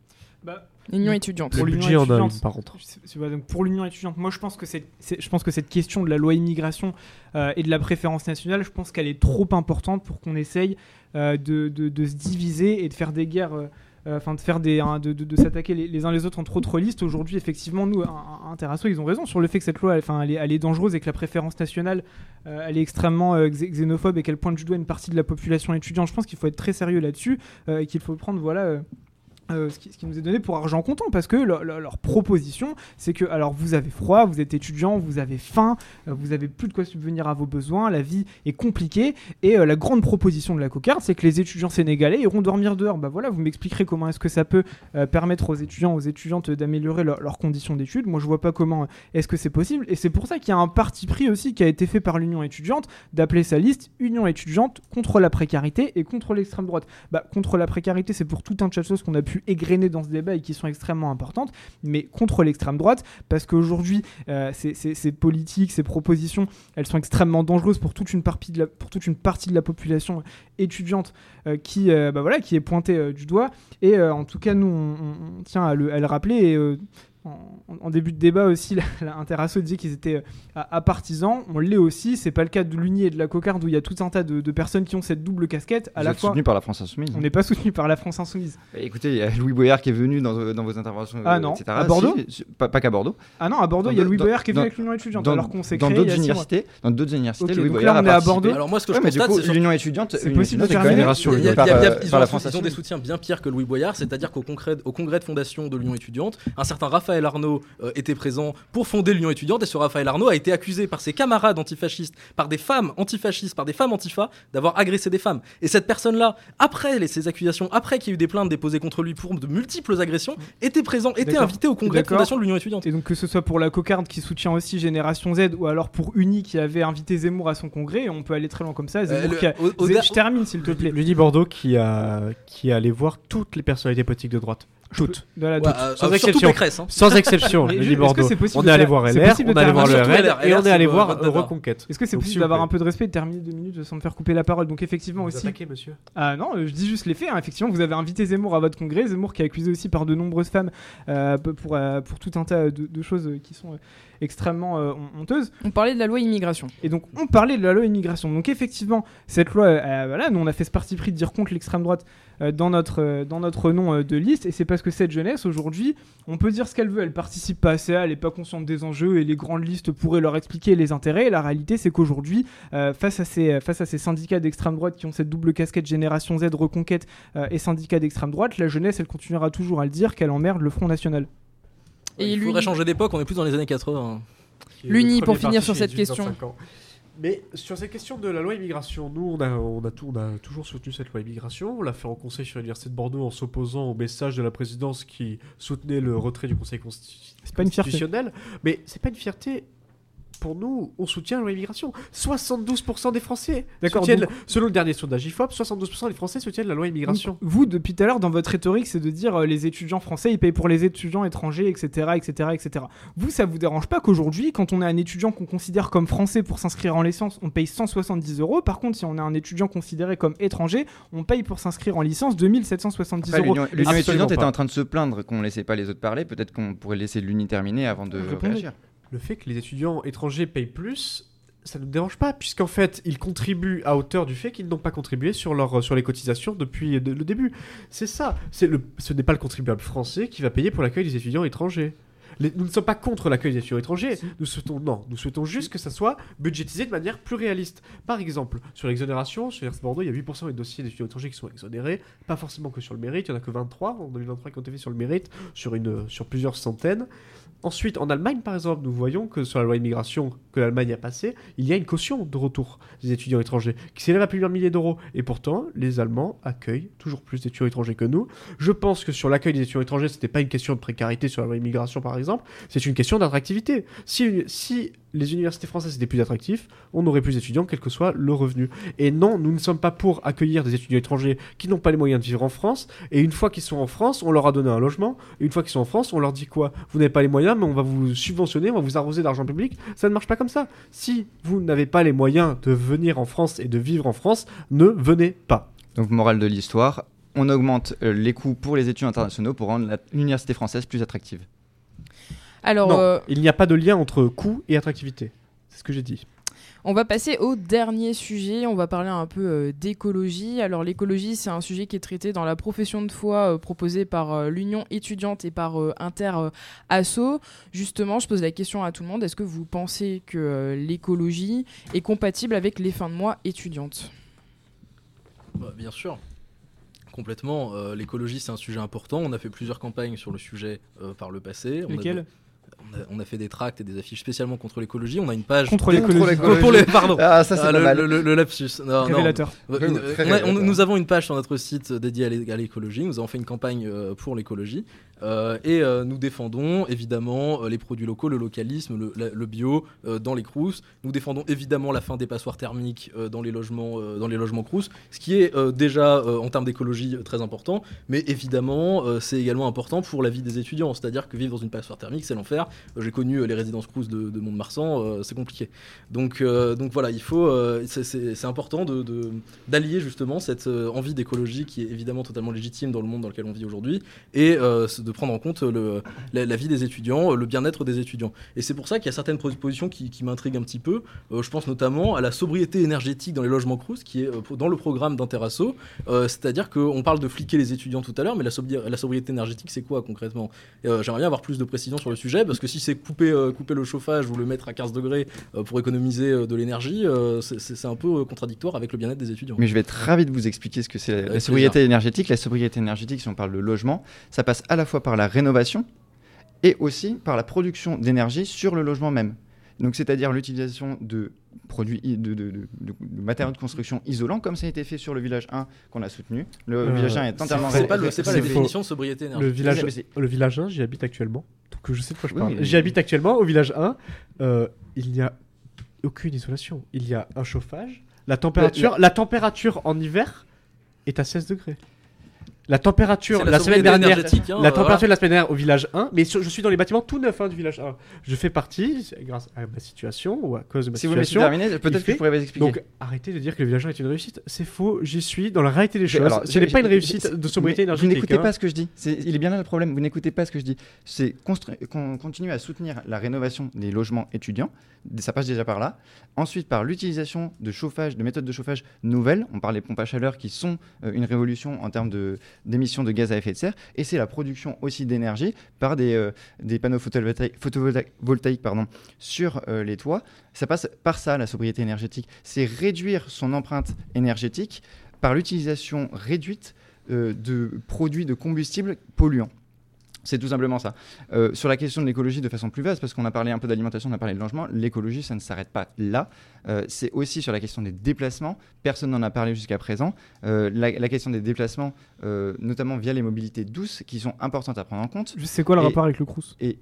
Bah, L'union étudiante. Le Pour l'union budget en a étudiante. une, par contre. C'est- c'est pas- donc pour l'union étudiante, moi je pense que c'est, c'est- je pense que cette question de la loi immigration euh, et de la préférence nationale, je pense qu'elle est trop importante pour qu'on essaye euh, de, de- de se diviser et de faire des guerres. euh, euh, Enfin, de faire des, hein, de, de- de s'attaquer les, les uns les autres entre autres listes. Aujourd'hui, effectivement, nous, un- un- Interasso, ils ont raison sur le fait que cette loi, elle, enfin, elle, est, elle est dangereuse et que la préférence nationale, euh, elle est extrêmement euh, xé- xénophobe et qu'elle pointe du doigt une partie de la population étudiante. Je pense qu'il faut être très sérieux là-dessus euh, et qu'il faut prendre, voilà. euh, Euh, ce, qui, ce qui nous est donné pour argent comptant, parce que leur, leur- leur proposition, c'est que alors vous avez froid, vous êtes étudiant, vous avez faim, euh, vous avez plus de quoi subvenir à vos besoins, la vie est compliquée, et euh, la grande proposition de la cocarde, c'est que les étudiants sénégalais iront dormir dehors. Bah voilà, vous m'expliquerez comment est-ce que ça peut euh, permettre aux étudiants, aux étudiantes d'améliorer leur- leurs conditions d'études. Moi, je vois pas comment euh, est-ce que c'est possible, et c'est pour ça qu'il y a un parti pris aussi qui a été fait par l'Union étudiante d'appeler sa liste Union étudiante contre la précarité et contre l'extrême droite. Bah, contre la précarité, c'est pour tout un tas de choses qu'on a pu égrener dans ce débat et qui sont extrêmement importantes, mais contre l'extrême droite, parce qu'aujourd'hui, euh, ces, ces- ces politiques, ces propositions, elles sont extrêmement dangereuses pour toute une partie de la, pour toute une partie de la population étudiante euh, qui, euh, bah voilà, qui est pointée euh, du doigt. Et euh, en tout cas, nous, on, on- on tient à le, à le rappeler. Et, euh, en, en début de débat aussi, la, la Interasso disait qu'ils étaient euh, apartisans. On l'est aussi. C'est pas le cas de l'Uni et de la cocarde où il y a tout un tas de, de personnes qui ont cette double casquette. À Vous la êtes fois, soutenu par la France Insoumise. on n'est pas soutenu par la France Insoumise. Écoutez, il y a Louis Boyard qui est venu dans, dans vos interventions, Ah euh, non, et cetera. à Bordeaux Si, si, pas, pas qu'à Bordeaux. Ah non, à Bordeaux, Dans il y a deux- Louis dans- Boyard qui est venu dans- avec l'Union étudiante, Dans, alors qu'on s'est dans créé il y d'autres a six mois. universités, dans d'autres universités, Ok, Louis donc Boyard là, on a est à participé. Bordeaux. Alors moi, ce que Ouais, je mais du constate, coup, c'est sur- l'Union étudiante, C'est l'Union possible de étudiante est terminer quand même Génération Il y a- il y a- par, il y a- euh, ils par ont- la ils France ont des Insoumise. soutiens bien pires que Louis Boyard, c'est-à-dire qu'au congrès, au congrès de fondation de l'Union étudiante, un certain Raphaël Arnaud euh, était présent pour fonder l'Union étudiante, et ce Raphaël Arnaud a été accusé par ses camarades antifascistes, par des femmes antifascistes, par des femmes antifa, d'avoir agressé des femmes. Et cette personne-là, après les, ces accusations, après qu'il y a eu des plaintes déposées contre lui pour de multiples agressions, était présent, était D'accord. invité au congrès de D'accord. fondation de l'Union étudiante. Et donc que ce soit pour la cocarde qui soutient aussi Génération Z ou alors pour Uni qui avait invité Zemmour à son congrès, on peut aller très loin comme ça. Zemmour Euh, le- qui a- au- au- Zé- Je termine s'il te plaît. L'Uni Bordeaux qui a qui est allé voir toutes les personnalités politiques de droite. Toutes. Voilà, Ouais, donc- euh, sans surtout exception. Pécresse, hein. Sans exception, Mais l'Uni est-ce que Bordeaux. c'est possible On de est allé faire- voir c'est L R, possible de on est allé faire voir un le surtout R L L R, et on est allé c'est voir votre euh, bavard. Reconquête. Est-ce que c'est Donc, possible s'il vous d'avoir plaît. un peu de respect et de terminer deux minutes sans me faire couper la parole? Donc effectivement Vous aussi. attaquez, monsieur. Ah non, euh, je dis juste les faits. hein. Effectivement, vous avez invité Zemmour à votre congrès. Zemmour qui est accusé aussi par de nombreuses femmes euh, pour, euh, pour tout un tas de, de choses euh, qui sont euh, extrêmement euh, honteuses. On parlait de la loi immigration. Et donc, on parlait de la loi immigration. Donc, effectivement, cette loi, euh, voilà, nous, on a fait ce parti pris de dire contre l'extrême droite euh, dans, notre, euh, dans notre nom euh, de liste. Et c'est parce que cette jeunesse, aujourd'hui, on peut dire ce qu'elle veut. Elle participe pas assez, elle est pas consciente des enjeux et les grandes listes pourraient leur expliquer les intérêts. Et la réalité, c'est qu'aujourd'hui, euh, face, à ces, face à ces syndicats d'extrême droite qui ont cette double casquette Génération Z, Reconquête euh, et syndicats d'extrême droite, la jeunesse, elle continuera toujours à le dire qu'elle emmerde le Front National. Et Il lui- faudrait changer d'époque, on est plus dans les années quatre-vingts. Qui est L'Uni, le pour premier finir parti sur chez cette les dix-huit question. vingt-cinq ans. Mais sur cette question de la loi immigration, nous, on a, on, a tout, on a toujours soutenu cette loi immigration. On l'a fait en conseil sur l'Université de Bordeaux en s'opposant au message de la présidence qui soutenait le retrait du Conseil consti- C'est pas une fierté. constitutionnel. Mais c'est pas une fierté. pour nous, on soutient la loi immigration. soixante-douze pour cent des Français D'accord, soutiennent, donc- la- selon le dernier sondage I F O P, soixante-douze pour cent des Français soutiennent la loi immigration. Donc, vous, depuis tout à l'heure, dans votre rhétorique, c'est de dire euh, les étudiants français, ils payent pour les étudiants étrangers, et cetera, et cetera, et cetera. Vous, ça vous dérange pas qu'aujourd'hui, quand on a un étudiant qu'on considère comme français pour s'inscrire en licence, on paye cent soixante-dix euros. Par contre, si on a un étudiant considéré comme étranger, on paye pour s'inscrire en licence deux mille sept cent soixante-dix Après, euros. l'Union l'Union Absolument étudiante était pas. en train de se plaindre qu'on ne laissait pas les autres parler. Peut-être qu'on pourrait laisser l'Uni terminer avant de Répondez. réagir. Le fait que les étudiants étrangers payent plus, ça ne nous dérange pas, puisqu'en fait, ils contribuent à hauteur du fait qu'ils n'ont pas contribué sur, leur, sur les cotisations depuis de- le début. C'est ça. C'est le, ce n'est pas le contribuable français qui va payer pour l'accueil des étudiants étrangers. Les- nous ne sommes pas contre l'accueil des étudiants étrangers. Nous souhaitons, non, nous souhaitons juste que ça soit budgétisé de manière plus réaliste. Par exemple, sur l'exonération, sur l'Université de Bordeaux, il y a huit pour cent des dossiers d'étudiants étrangers qui sont exonérés. Pas forcément que sur le mérite, il n'y en a que vingt-trois en deux mille vingt-trois qui ont été faits sur le mérite, sur, une, sur plusieurs centaines. Ensuite, en Allemagne, par exemple, nous voyons que sur la loi immigration que l'Allemagne a passée, il y a une caution de retour des étudiants étrangers qui s'élève à plusieurs milliers d'euros. Et pourtant, les Allemands accueillent toujours plus d'étudiants étrangers que nous. Je pense que sur l'accueil des étudiants étrangers, ce n'était pas une question de précarité sur la loi immigration, par exemple, c'est une question d'attractivité. Si, si les universités françaises étaient plus attractives, on aurait plus d'étudiants, quel que soit le revenu. Et non, nous ne sommes pas pour accueillir des étudiants étrangers qui n'ont pas les moyens de vivre en France. Et une fois qu'ils sont en France, on leur a donné un logement. Et une fois qu'ils sont en France, on leur dit quoi? Vous n'avez pas les moyens, mais on va vous subventionner, on va vous arroser d'argent public. Ça ne marche pas comme ça. Si vous n'avez pas les moyens de venir en France et de vivre en France, ne venez pas. Donc, morale de l'histoire, on augmente euh, les coûts pour les étudiants internationaux pour rendre la- l'université française plus attractive. Alors, non, euh, il n'y a pas de lien entre coût et attractivité. C'est ce que j'ai dit. on va passer au dernier sujet. On va parler un peu euh, d'écologie. Alors, l'écologie, c'est un sujet qui est traité dans la profession de foi euh, proposée par euh, l'Union étudiante et par euh, Inter euh, Asso. Justement, je pose la question à tout le monde. Est-ce que vous pensez que euh, l'écologie est compatible avec les fins de mois étudiantes? Bah, bien sûr. Complètement. Euh, l'écologie, c'est un sujet important. On a fait plusieurs campagnes sur le sujet euh, par le passé. On a- Lesquels? on a, on a fait des tracts et des affiches spécialement contre l'écologie. On a une page Contre l'écologie. l'écologie. Pour les- pardon. Ah, ça, c'est Ah, pas le, mal. le- le- le lapsus. Non, non. Révélateur. Euh, Oui, une- très on a- on- révélateur. nous avons une page sur notre site dédiée à l'é- à l'écologie. Nous avons fait une campagne euh, pour l'écologie. Euh, et euh, nous défendons évidemment euh, les produits locaux, le localisme, le, la- le bio euh, dans les crous. Nous défendons évidemment la fin des passoires thermiques euh, dans les logements, euh, dans les logements crous, ce qui est euh, déjà euh, en termes d'écologie euh, très important. Mais évidemment, euh, c'est également important pour la vie des étudiants. C'est-à-dire que vivre dans une passoire thermique, c'est l'enfer. Euh, J'ai connu euh, les résidences crous de, de Mont-de-Marsan, euh, c'est compliqué. Donc, euh, donc voilà, il faut, euh, c'est- c'est c'est important de- de- d'allier justement cette euh, envie d'écologie qui est évidemment totalement légitime dans le monde dans lequel on vit aujourd'hui et euh, de prendre en compte le, la, la vie des étudiants, le bien-être des étudiants. Et c'est pour ça qu'il y a certaines propositions qui, qui m'intriguent un petit peu. Euh, je pense notamment à la sobriété énergétique dans les logements crous, qui est euh, dans le programme d'Interasso. Euh, C'est-à-dire qu'on parle de fliquer les étudiants tout à l'heure, mais la, sobri- la sobriété énergétique, c'est quoi concrètement? euh, J'aimerais bien avoir plus de précision sur le sujet, parce que si c'est couper, euh, couper le chauffage ou le mettre à quinze degrés euh, pour économiser euh, de l'énergie, euh, c'est- c'est c'est un peu euh, contradictoire avec le bien-être des étudiants. Mais je vais être ravi de vous expliquer ce que c'est la, la Avec sobriété énergétique. La sobriété énergétique, si on parle de logement, ça passe à la fois par la rénovation et aussi par la production d'énergie sur le logement même. Donc, c'est-à-dire l'utilisation de produits, i- de, de- de- de- de matériaux de construction isolants, comme ça a été fait sur le village un qu'on a soutenu. Le Euh, village un est entièrement C'est c'est pas, le- c'est pas la c'est faux. définition de sobriété Le énergétique. village, mais c'est- le village un, j'y habite actuellement. Donc je sais de quoi je Oui, parle. oui. J'y habite actuellement au village un. euh, il n'y a aucune isolation. Il y a un chauffage. La température, la température en hiver est à seize degrés. La température C'est la, la semaine sobriété dernière, énergétique, hein, la euh, température voilà. de la semaine dernière au village un, mais sur- je suis dans les bâtiments tout neufs hein, du village un. Je fais partie, c'est grâce à ma situation ou à cause de ma Si vous me laissez situation. terminer, peut-être que fait- je pourrais vous expliquer. Donc arrêtez de dire que le village un est une réussite. C'est faux, j'y suis dans la réalité des choses. Alors, Ce n'est j'ai- pas une j'ai- réussite j'ai- de sobriété mais énergétique. Vous n'écoutez hein. pas ce que je dis. C'est- il est bien là le problème. Vous n'écoutez pas ce que je dis. C'est constru- qu'on continue à soutenir la rénovation des logements étudiants. Ça passe déjà par là. Ensuite, par l'utilisation de chauffage, de méthodes de chauffage nouvelles. On parle des pompes à chaleur qui sont euh, une révolution en termes de- d'émissions de gaz à effet de serre. Et c'est la production aussi d'énergie par des, euh, des panneaux photovoltaïques, photovoltaïques voltaïques, pardon, sur euh, les toits. Ça passe par ça, la sobriété énergétique. C'est réduire son empreinte énergétique par l'utilisation réduite euh, de produits de combustibles polluants. C'est tout simplement ça. Euh, sur la question de l'écologie de façon plus vaste, parce qu'on a parlé un peu d'alimentation, on a parlé de logement, l'écologie, ça ne s'arrête pas là. Euh, c'est aussi sur la question des déplacements. Personne n'en a parlé jusqu'à présent. Euh, la, la question des déplacements, euh, notamment via les mobilités douces, qui sont importantes à prendre en compte. C'est quoi le Et- rapport avec le Crous? Et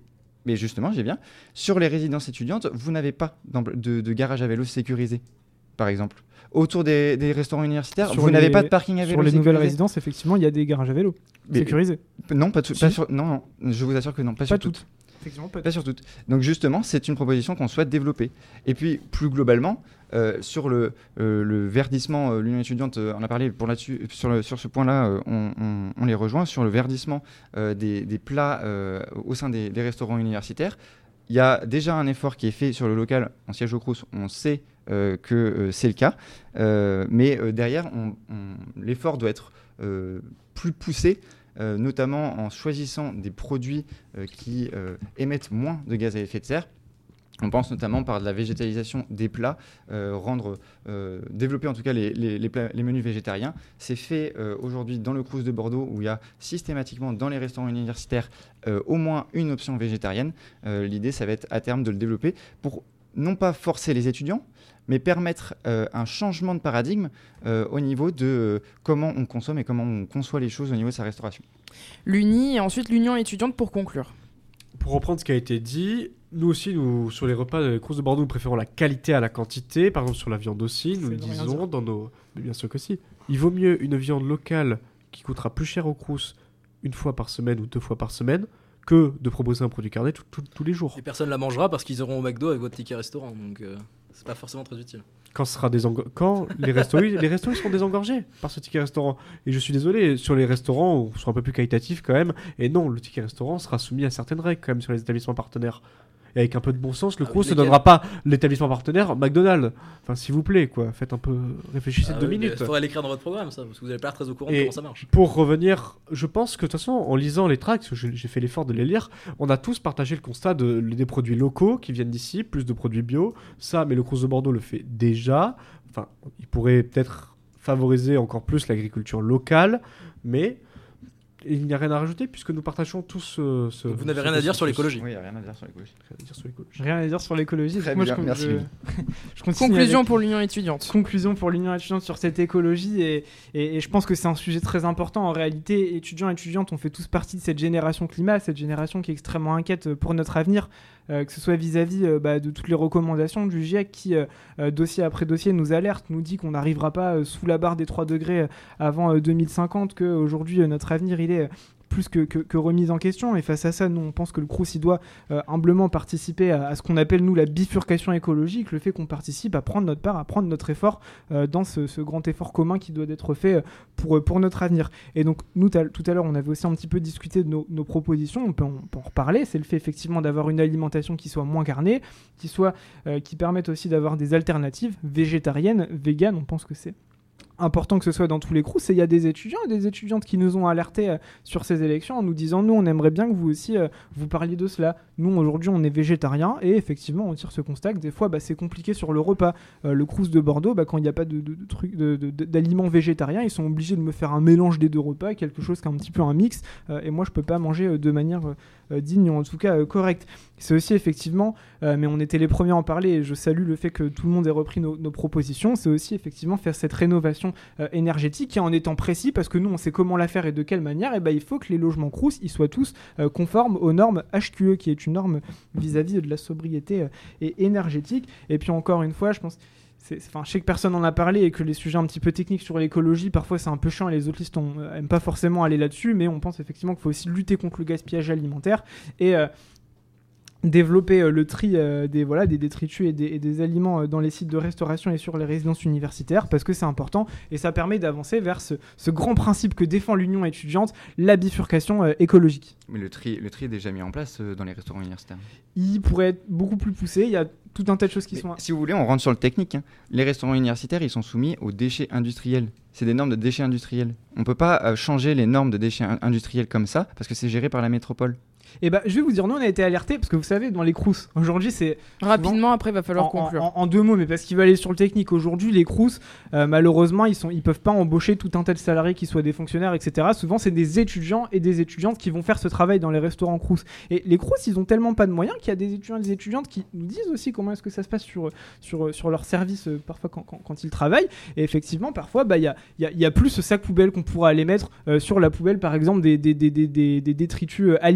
Mais justement, j'ai bien. Sur les résidences étudiantes, vous n'avez pas de, de garage à vélo sécurisé, par exemple. Autour des, des restaurants universitaires, Sur vous les- n'avez pas de parking à vélo Sur les sécurisé. nouvelles résidences, effectivement, il y a des garages à vélo Mais- sécurisés. Non, pas, tout, Si. pas sur, non, non, je vous assure que non, pas, Pas sur toutes. toutes. Effectivement, pas Pas sur toutes. Donc justement, c'est une proposition qu'on souhaite développer. Et puis, plus globalement, euh, sur le, euh, le verdissement, euh, l'Union étudiante, euh, on a parlé pour là-dessus, sur, le, sur ce point-là, euh, on, on- on les rejoint. Sur le verdissement euh, des, des plats euh, au sein des, des restaurants universitaires, il y a déjà un effort qui est fait sur le local en siège au Crous. On sait euh, que euh, c'est le cas. Euh, mais euh, derrière, on- on- l'effort doit être euh, plus poussé, euh, notamment en choisissant des produits euh, qui euh, émettent moins de gaz à effet de serre. On pense notamment par de la végétalisation des plats, euh, rendre, euh, développer en tout cas les, les- les plats- les menus végétariens. C'est fait euh, aujourd'hui dans le Crous de Bordeaux où il y a systématiquement dans les restaurants universitaires euh, au moins une option végétarienne. Euh, L'idée, ça va être à terme de le développer pour non pas forcer les étudiants, mais permettre euh, un changement de paradigme euh, au niveau de euh, comment on consomme et comment on conçoit les choses au niveau de sa restauration. L'Uni et ensuite l'Union étudiante pour conclure. Pour reprendre ce qui a été dit, nous aussi, nous, sur les repas de Crous de Bordeaux, nous préférons la qualité à la quantité. Par exemple, sur la viande aussi, nous C'est le de rien disons dire. dans nos... Mais bien sûr que si. Il vaut mieux une viande locale qui coûtera plus cher au Crous une fois par semaine ou deux fois par semaine que de proposer un produit carné tout- tout- tous les jours. Et personne la mangera parce qu'ils iront au McDo avec votre ticket restaurant, donc euh, c'est pas forcément très utile. Quand, ce sera désengo- quand les restos les restos ils seront désengorgés par ce ticket restaurant. Et je suis désolé, sur les restaurants, on sera un peu plus qualitatif quand même. Et non, le ticket restaurant sera soumis à certaines règles quand même sur les établissements partenaires. Et avec un peu de bon sens, le Ah, Crous ne lesquels donnera pas l'établissement partenaire McDonald's. Enfin, s'il vous plaît, quoi. Faites un peu... Réfléchissez Ah deux oui, mais minutes. faudrait l'écrire dans votre programme, ça, parce que vous avez pas l'air très au courant de Et comment ça marche. pour revenir, je pense que de toute façon, en lisant les tracts, parce que j'ai j'ai fait l'effort de les lire, on a tous partagé le constat de, des produits locaux qui viennent d'ici, plus de produits bio. Ça, mais le Crous de Bordeaux le fait déjà. Enfin, il pourrait peut-être favoriser encore plus l'agriculture locale, mais il n'y a rien à rajouter puisque nous partageons tous euh, ce. Donc vous n'avez ce rien à dire sur consensus. l'écologie. Oui, il n'y a rien à dire sur l'écologie. Rien à dire sur l'écologie. Rien à dire sur l'écologie. Très Donc moi, bien, je, merci, je- Louis. je continue Conclusion avec- pour l'Union étudiante. Conclusion pour l'Union étudiante sur cette écologie et, et- et je pense que c'est un sujet très important. En réalité, étudiants et étudiantes, on fait tous partie de cette génération climat, cette génération qui est extrêmement inquiète pour notre avenir, euh, que ce soit vis-à-vis euh, bah, de toutes les recommandations du GIEC qui, euh, euh, dossier après dossier, nous alerte, nous dit qu'on n'arrivera pas euh, sous la barre des trois degrés euh, avant euh, deux mille cinquante, qu'aujourd'hui euh, notre avenir il est euh, plus que, que, que remise en question. Et face à ça, nous, on pense que le Crous, il doit euh, humblement participer à, à ce qu'on appelle, nous, la bifurcation écologique, le fait qu'on participe à prendre notre part, à prendre notre effort euh, dans ce, ce grand effort commun qui doit être fait euh, pour, euh, pour notre avenir. Et donc, nous, t'as- tout à l'heure, on avait aussi un petit peu discuté de nos, nos propositions, on peut, en, on peut en reparler. C'est le fait, effectivement, d'avoir une alimentation qui soit moins carnée, qui, soit, euh, qui permette aussi d'avoir des alternatives végétariennes, véganes. On pense que c'est important que ce soit dans tous les Crous. Et il y a des étudiants et des étudiantes qui nous ont alertés euh, sur ces élections en nous disant nous on aimerait bien que vous aussi euh, vous parliez de cela. Nous aujourd'hui on est végétarien et effectivement on tire ce constat que des fois bah, c'est compliqué sur le repas. Euh, le Crous de Bordeaux, bah, quand il n'y a pas de, de, de trucs de, de, de- d'aliments végétariens, ils sont obligés de me faire un mélange des deux repas, quelque chose qui est un petit peu un mix euh, et moi je peux pas manger euh, de manière euh, digne ou en tout cas euh, correcte. C'est aussi effectivement, euh, mais on était les premiers à en parler et je salue le fait que tout le monde ait repris nos, nos propositions, c'est aussi effectivement faire cette rénovation euh, énergétique et en étant précis parce que nous on sait comment la faire et de quelle manière, et ben il faut que les logements Crous ils soient tous euh, conformes aux normes H Q E qui est une norme vis-à-vis de la sobriété euh, et énergétique. Et puis encore une fois je pense c'est, c'est- enfin, je sais que personne n'en a parlé et que les sujets un petit peu techniques sur l'écologie, parfois c'est un peu chiant et les autres listes n'aiment pas forcément aller là-dessus, mais on pense effectivement qu'il faut aussi lutter contre le gaspillage alimentaire et euh, développer euh, le tri euh, des, voilà, des détritus et des, et des aliments euh, dans les sites de restauration et sur les résidences universitaires parce que c'est important et ça permet d'avancer vers ce, ce grand principe que défend l'Union étudiante, la bifurcation euh, écologique. Mais le tri, le tri est déjà mis en place euh, dans les restaurants universitaires. Il pourrait être beaucoup plus poussé, il y a tout un tas de choses qui Mais sont... si vous voulez, on rentre sur le technique. hein. Les restaurants universitaires, ils sont soumis aux déchets industriels. C'est des normes de déchets industriels. On ne peut pas euh, changer les normes de déchets in- industriels comme ça parce que c'est géré par la métropole. Et bah, je vais vous dire, nous on a été alertés parce que vous savez, dans les Crous, aujourd'hui c'est Rapidement, après, il va falloir en, conclure. en- en deux mots, mais parce qu'il va aller sur le technique. Aujourd'hui, les Crous, euh, malheureusement, ils sont, ils peuvent pas embaucher tout un tas de salariés qui soient des fonctionnaires, et cetera. Souvent, c'est des étudiants et des étudiantes qui vont faire ce travail dans les restaurants Crous. Et les Crous, ils ont tellement pas de moyens qu'il y a des étudiants et des étudiantes qui nous disent aussi comment est-ce que ça se passe sur, sur, sur leur service, euh, parfois quand, quand, quand ils travaillent. Et effectivement, parfois, bah, il y a, il y, a, il y a plus ce sac poubelle qu'on pourra aller mettre euh, sur la poubelle, par exemple, des, des, des, des, des, des détritus euh, alimentaires.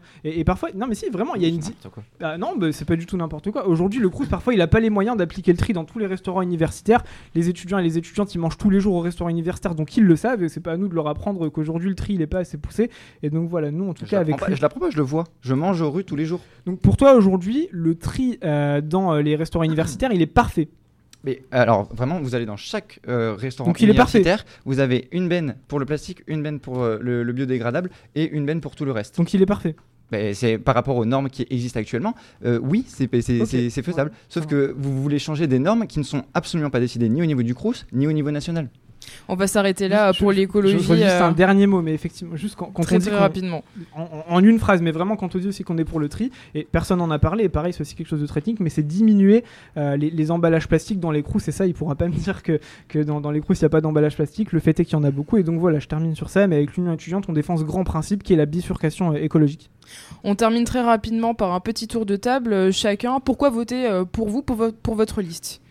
Et, et parfois, non mais si, vraiment, il y a une... N'importe quoi. Ah, non, bah, c'est pas du tout n'importe quoi. Aujourd'hui, le Crous, parfois, il a pas les moyens d'appliquer le tri dans tous les restaurants universitaires. Les étudiants et les étudiantes, ils mangent tous les jours au restaurant universitaire, donc ils le savent, et c'est pas à nous de leur apprendre qu'aujourd'hui, le tri, il est pas assez poussé. Et donc voilà, nous, en tout Je cas, avec... l'apprends pas, je l'apprends pas, je le vois. Je mange aux rues tous les jours. Donc pour toi, aujourd'hui, le tri euh, dans euh, les restaurants universitaires, il est parfait. Mais alors vraiment, vous allez dans chaque euh, restaurant Donc, il est universitaire, vous avez une benne pour le plastique, une benne pour euh, le, le biodégradable et une benne pour tout le reste. Donc il est parfait. Mais c'est par rapport aux normes qui existent actuellement, euh, oui, c'est, c'est, Ok. c'est, c'est faisable. Ouais. Sauf Ouais. que vous voulez changer des normes qui ne sont absolument pas décidées ni au niveau du Crous, ni au niveau national. On va s'arrêter là Je- pour je- l'écologie. Je, je veux juste euh, un dernier mot, mais effectivement, juste quand, quand très on dit très qu'on- rapidement. en, en- en une phrase, mais vraiment quand on dit aussi qu'on est pour le tri, et personne n'en a parlé, et pareil, c'est aussi quelque chose de très technique, mais c'est diminuer euh, les, les emballages plastiques dans les Crous, et ça, il pourra pas me dire que, que dans, dans les Crous, il n'y a pas d'emballage plastique, le fait est qu'il y en a beaucoup, et donc voilà, je termine sur ça, mais avec l'Union étudiante, on défend ce grand principe qui est la bifurcation euh, écologique. On termine très rapidement par un petit tour de table. euh, chacun, pourquoi voter euh, pour vous, pour, vo- pour votre liste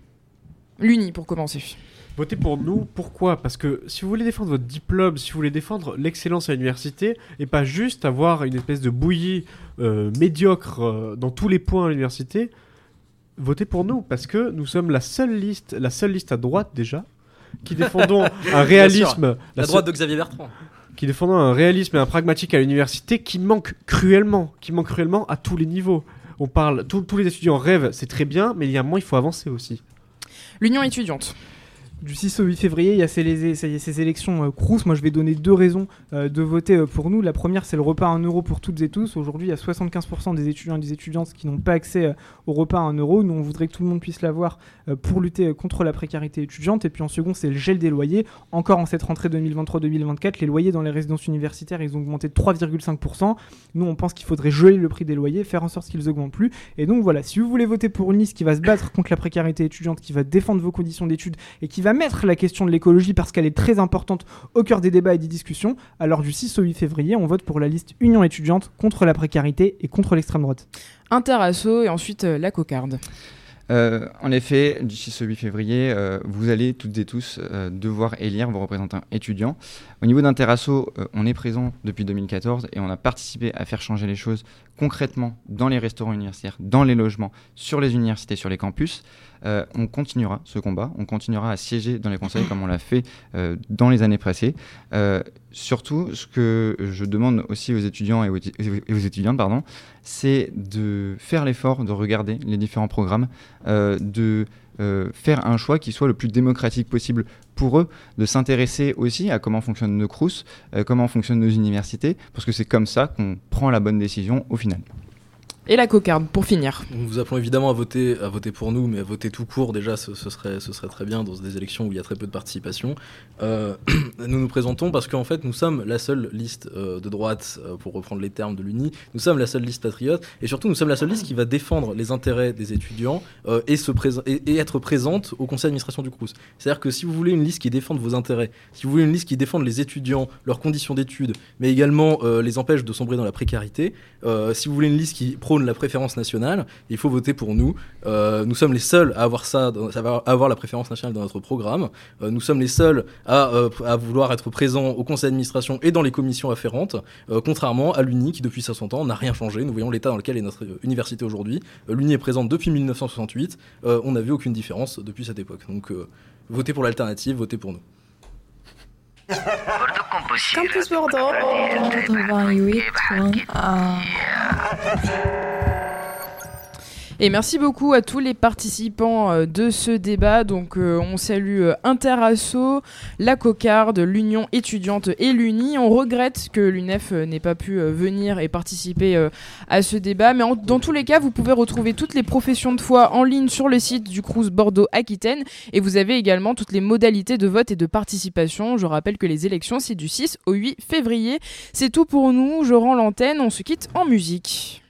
L'Uni, pour commencer. Votez pour nous, pourquoi ? Parce que si vous voulez défendre votre diplôme, si vous voulez défendre l'excellence à l'université, et pas juste avoir une espèce de bouillie euh, médiocre euh, dans tous les points à l'université, votez pour nous, parce que nous sommes la seule liste, la seule liste à droite déjà, qui défendons un réalisme, La seule- droite de Xavier Bertrand. qui défendons un réalisme et un pragmatique à l'université qui manque cruellement, qui manque cruellement à tous les niveaux. On parle, tous tous les étudiants rêvent, c'est très bien, mais il y a un moment, il faut avancer aussi. L'Union étudiante. Du six au huit février, il y a ces, les- ces- ces élections euh, Crous. Moi, je vais donner deux raisons euh, de voter euh, pour nous. La première, c'est le repas à un euro pour toutes et tous. Aujourd'hui, il y a soixante-quinze pour cent des étudiants et des étudiantes qui n'ont pas accès euh, au repas à un euro. Nous, on voudrait que tout le monde puisse l'avoir euh, pour lutter euh, contre la précarité étudiante. Et puis en second, c'est le gel des loyers. Encore en cette rentrée deux mille vingt-trois deux mille vingt-quatre, les loyers dans les résidences universitaires, ils ont augmenté de trois virgule cinq pour cent. Nous, on pense qu'il faudrait geler le prix des loyers, faire en sorte qu'ils augmentent plus. Et donc voilà, si vous voulez voter pour une liste qui va se battre contre la précarité étudiante, qui va défendre vos conditions d'études et qui va mettre la question de l'écologie parce qu'elle est très importante au cœur des débats et des discussions, alors du six au huit février, on vote pour la liste Union étudiante contre la précarité et contre l'extrême droite. Interasso et ensuite euh, la cocarde. Euh, en effet, du six au huit février, euh, vous allez toutes et tous euh, devoir élire vos représentants étudiants. Au niveau d'Interasso, euh, on est présent depuis deux mille quatorze et on a participé à faire changer les choses concrètement dans les restaurants universitaires, dans les logements, sur les universités, sur les campus. Euh, on continuera ce combat, on continuera à siéger dans les conseils comme on l'a fait euh, dans les années passées. Euh, surtout, ce que je demande aussi aux étudiants et aux, et aux étudiantes, pardon, c'est de faire l'effort de regarder les différents programmes, euh, de euh, faire un choix qui soit le plus démocratique possible pour eux, de s'intéresser aussi à comment fonctionnent nos Crous, euh, comment fonctionnent nos universités, parce que c'est comme ça qu'on prend la bonne décision au final. Et la cocarde, pour finir. Nous vous appelons évidemment à voter, à voter pour nous, mais à voter tout court, déjà, ce, ce serait, ce serait très bien dans des élections où il y a très peu de participation. Euh, nous nous présentons parce qu'en fait, nous sommes la seule liste euh, de droite, euh, pour reprendre les termes de l'Uni, nous sommes la seule liste patriote, et surtout, nous sommes la seule liste qui va défendre les intérêts des étudiants euh, et, se présent- et, et être présente au conseil d'administration du Crous. C'est-à-dire que si vous voulez une liste qui défende vos intérêts, si vous voulez une liste qui défende les étudiants, leurs conditions d'études, mais également euh, les empêche de sombrer dans la précarité, euh, si vous voulez une liste qui prône la préférence nationale, il faut voter pour nous. Euh, nous sommes les seuls à avoir ça, dans- à avoir la préférence nationale dans notre programme. Euh, nous sommes les seuls à, euh, à vouloir être présents au conseil d'administration et dans les commissions afférentes, euh, contrairement à l'Uni qui depuis soixante ans n'a rien changé. Nous voyons l'état dans lequel est notre euh, université aujourd'hui. Euh, L'Uni est présente depuis mille neuf cent soixante-huit. Euh, on n'a vu aucune différence depuis cette époque. Donc euh, votez pour l'alternative, votez pour nous. Campus Bordeaux quatre-vingt-huit point un. Et merci beaucoup à tous les participants euh, de ce débat. Donc euh, on salue euh, Interasso, la Cocarde, l'Union étudiante et l'Uni. On regrette que l'U N E F euh, n'ait pas pu euh, venir et participer euh, à ce débat. Mais en- dans tous les cas, vous pouvez retrouver toutes les professions de foi en ligne sur le site du Crous Bordeaux Aquitaine. Et vous avez également toutes les modalités de vote et de participation. Je rappelle que les élections, c'est du six au huit février. C'est tout pour nous. Je rends l'antenne. On se quitte en musique.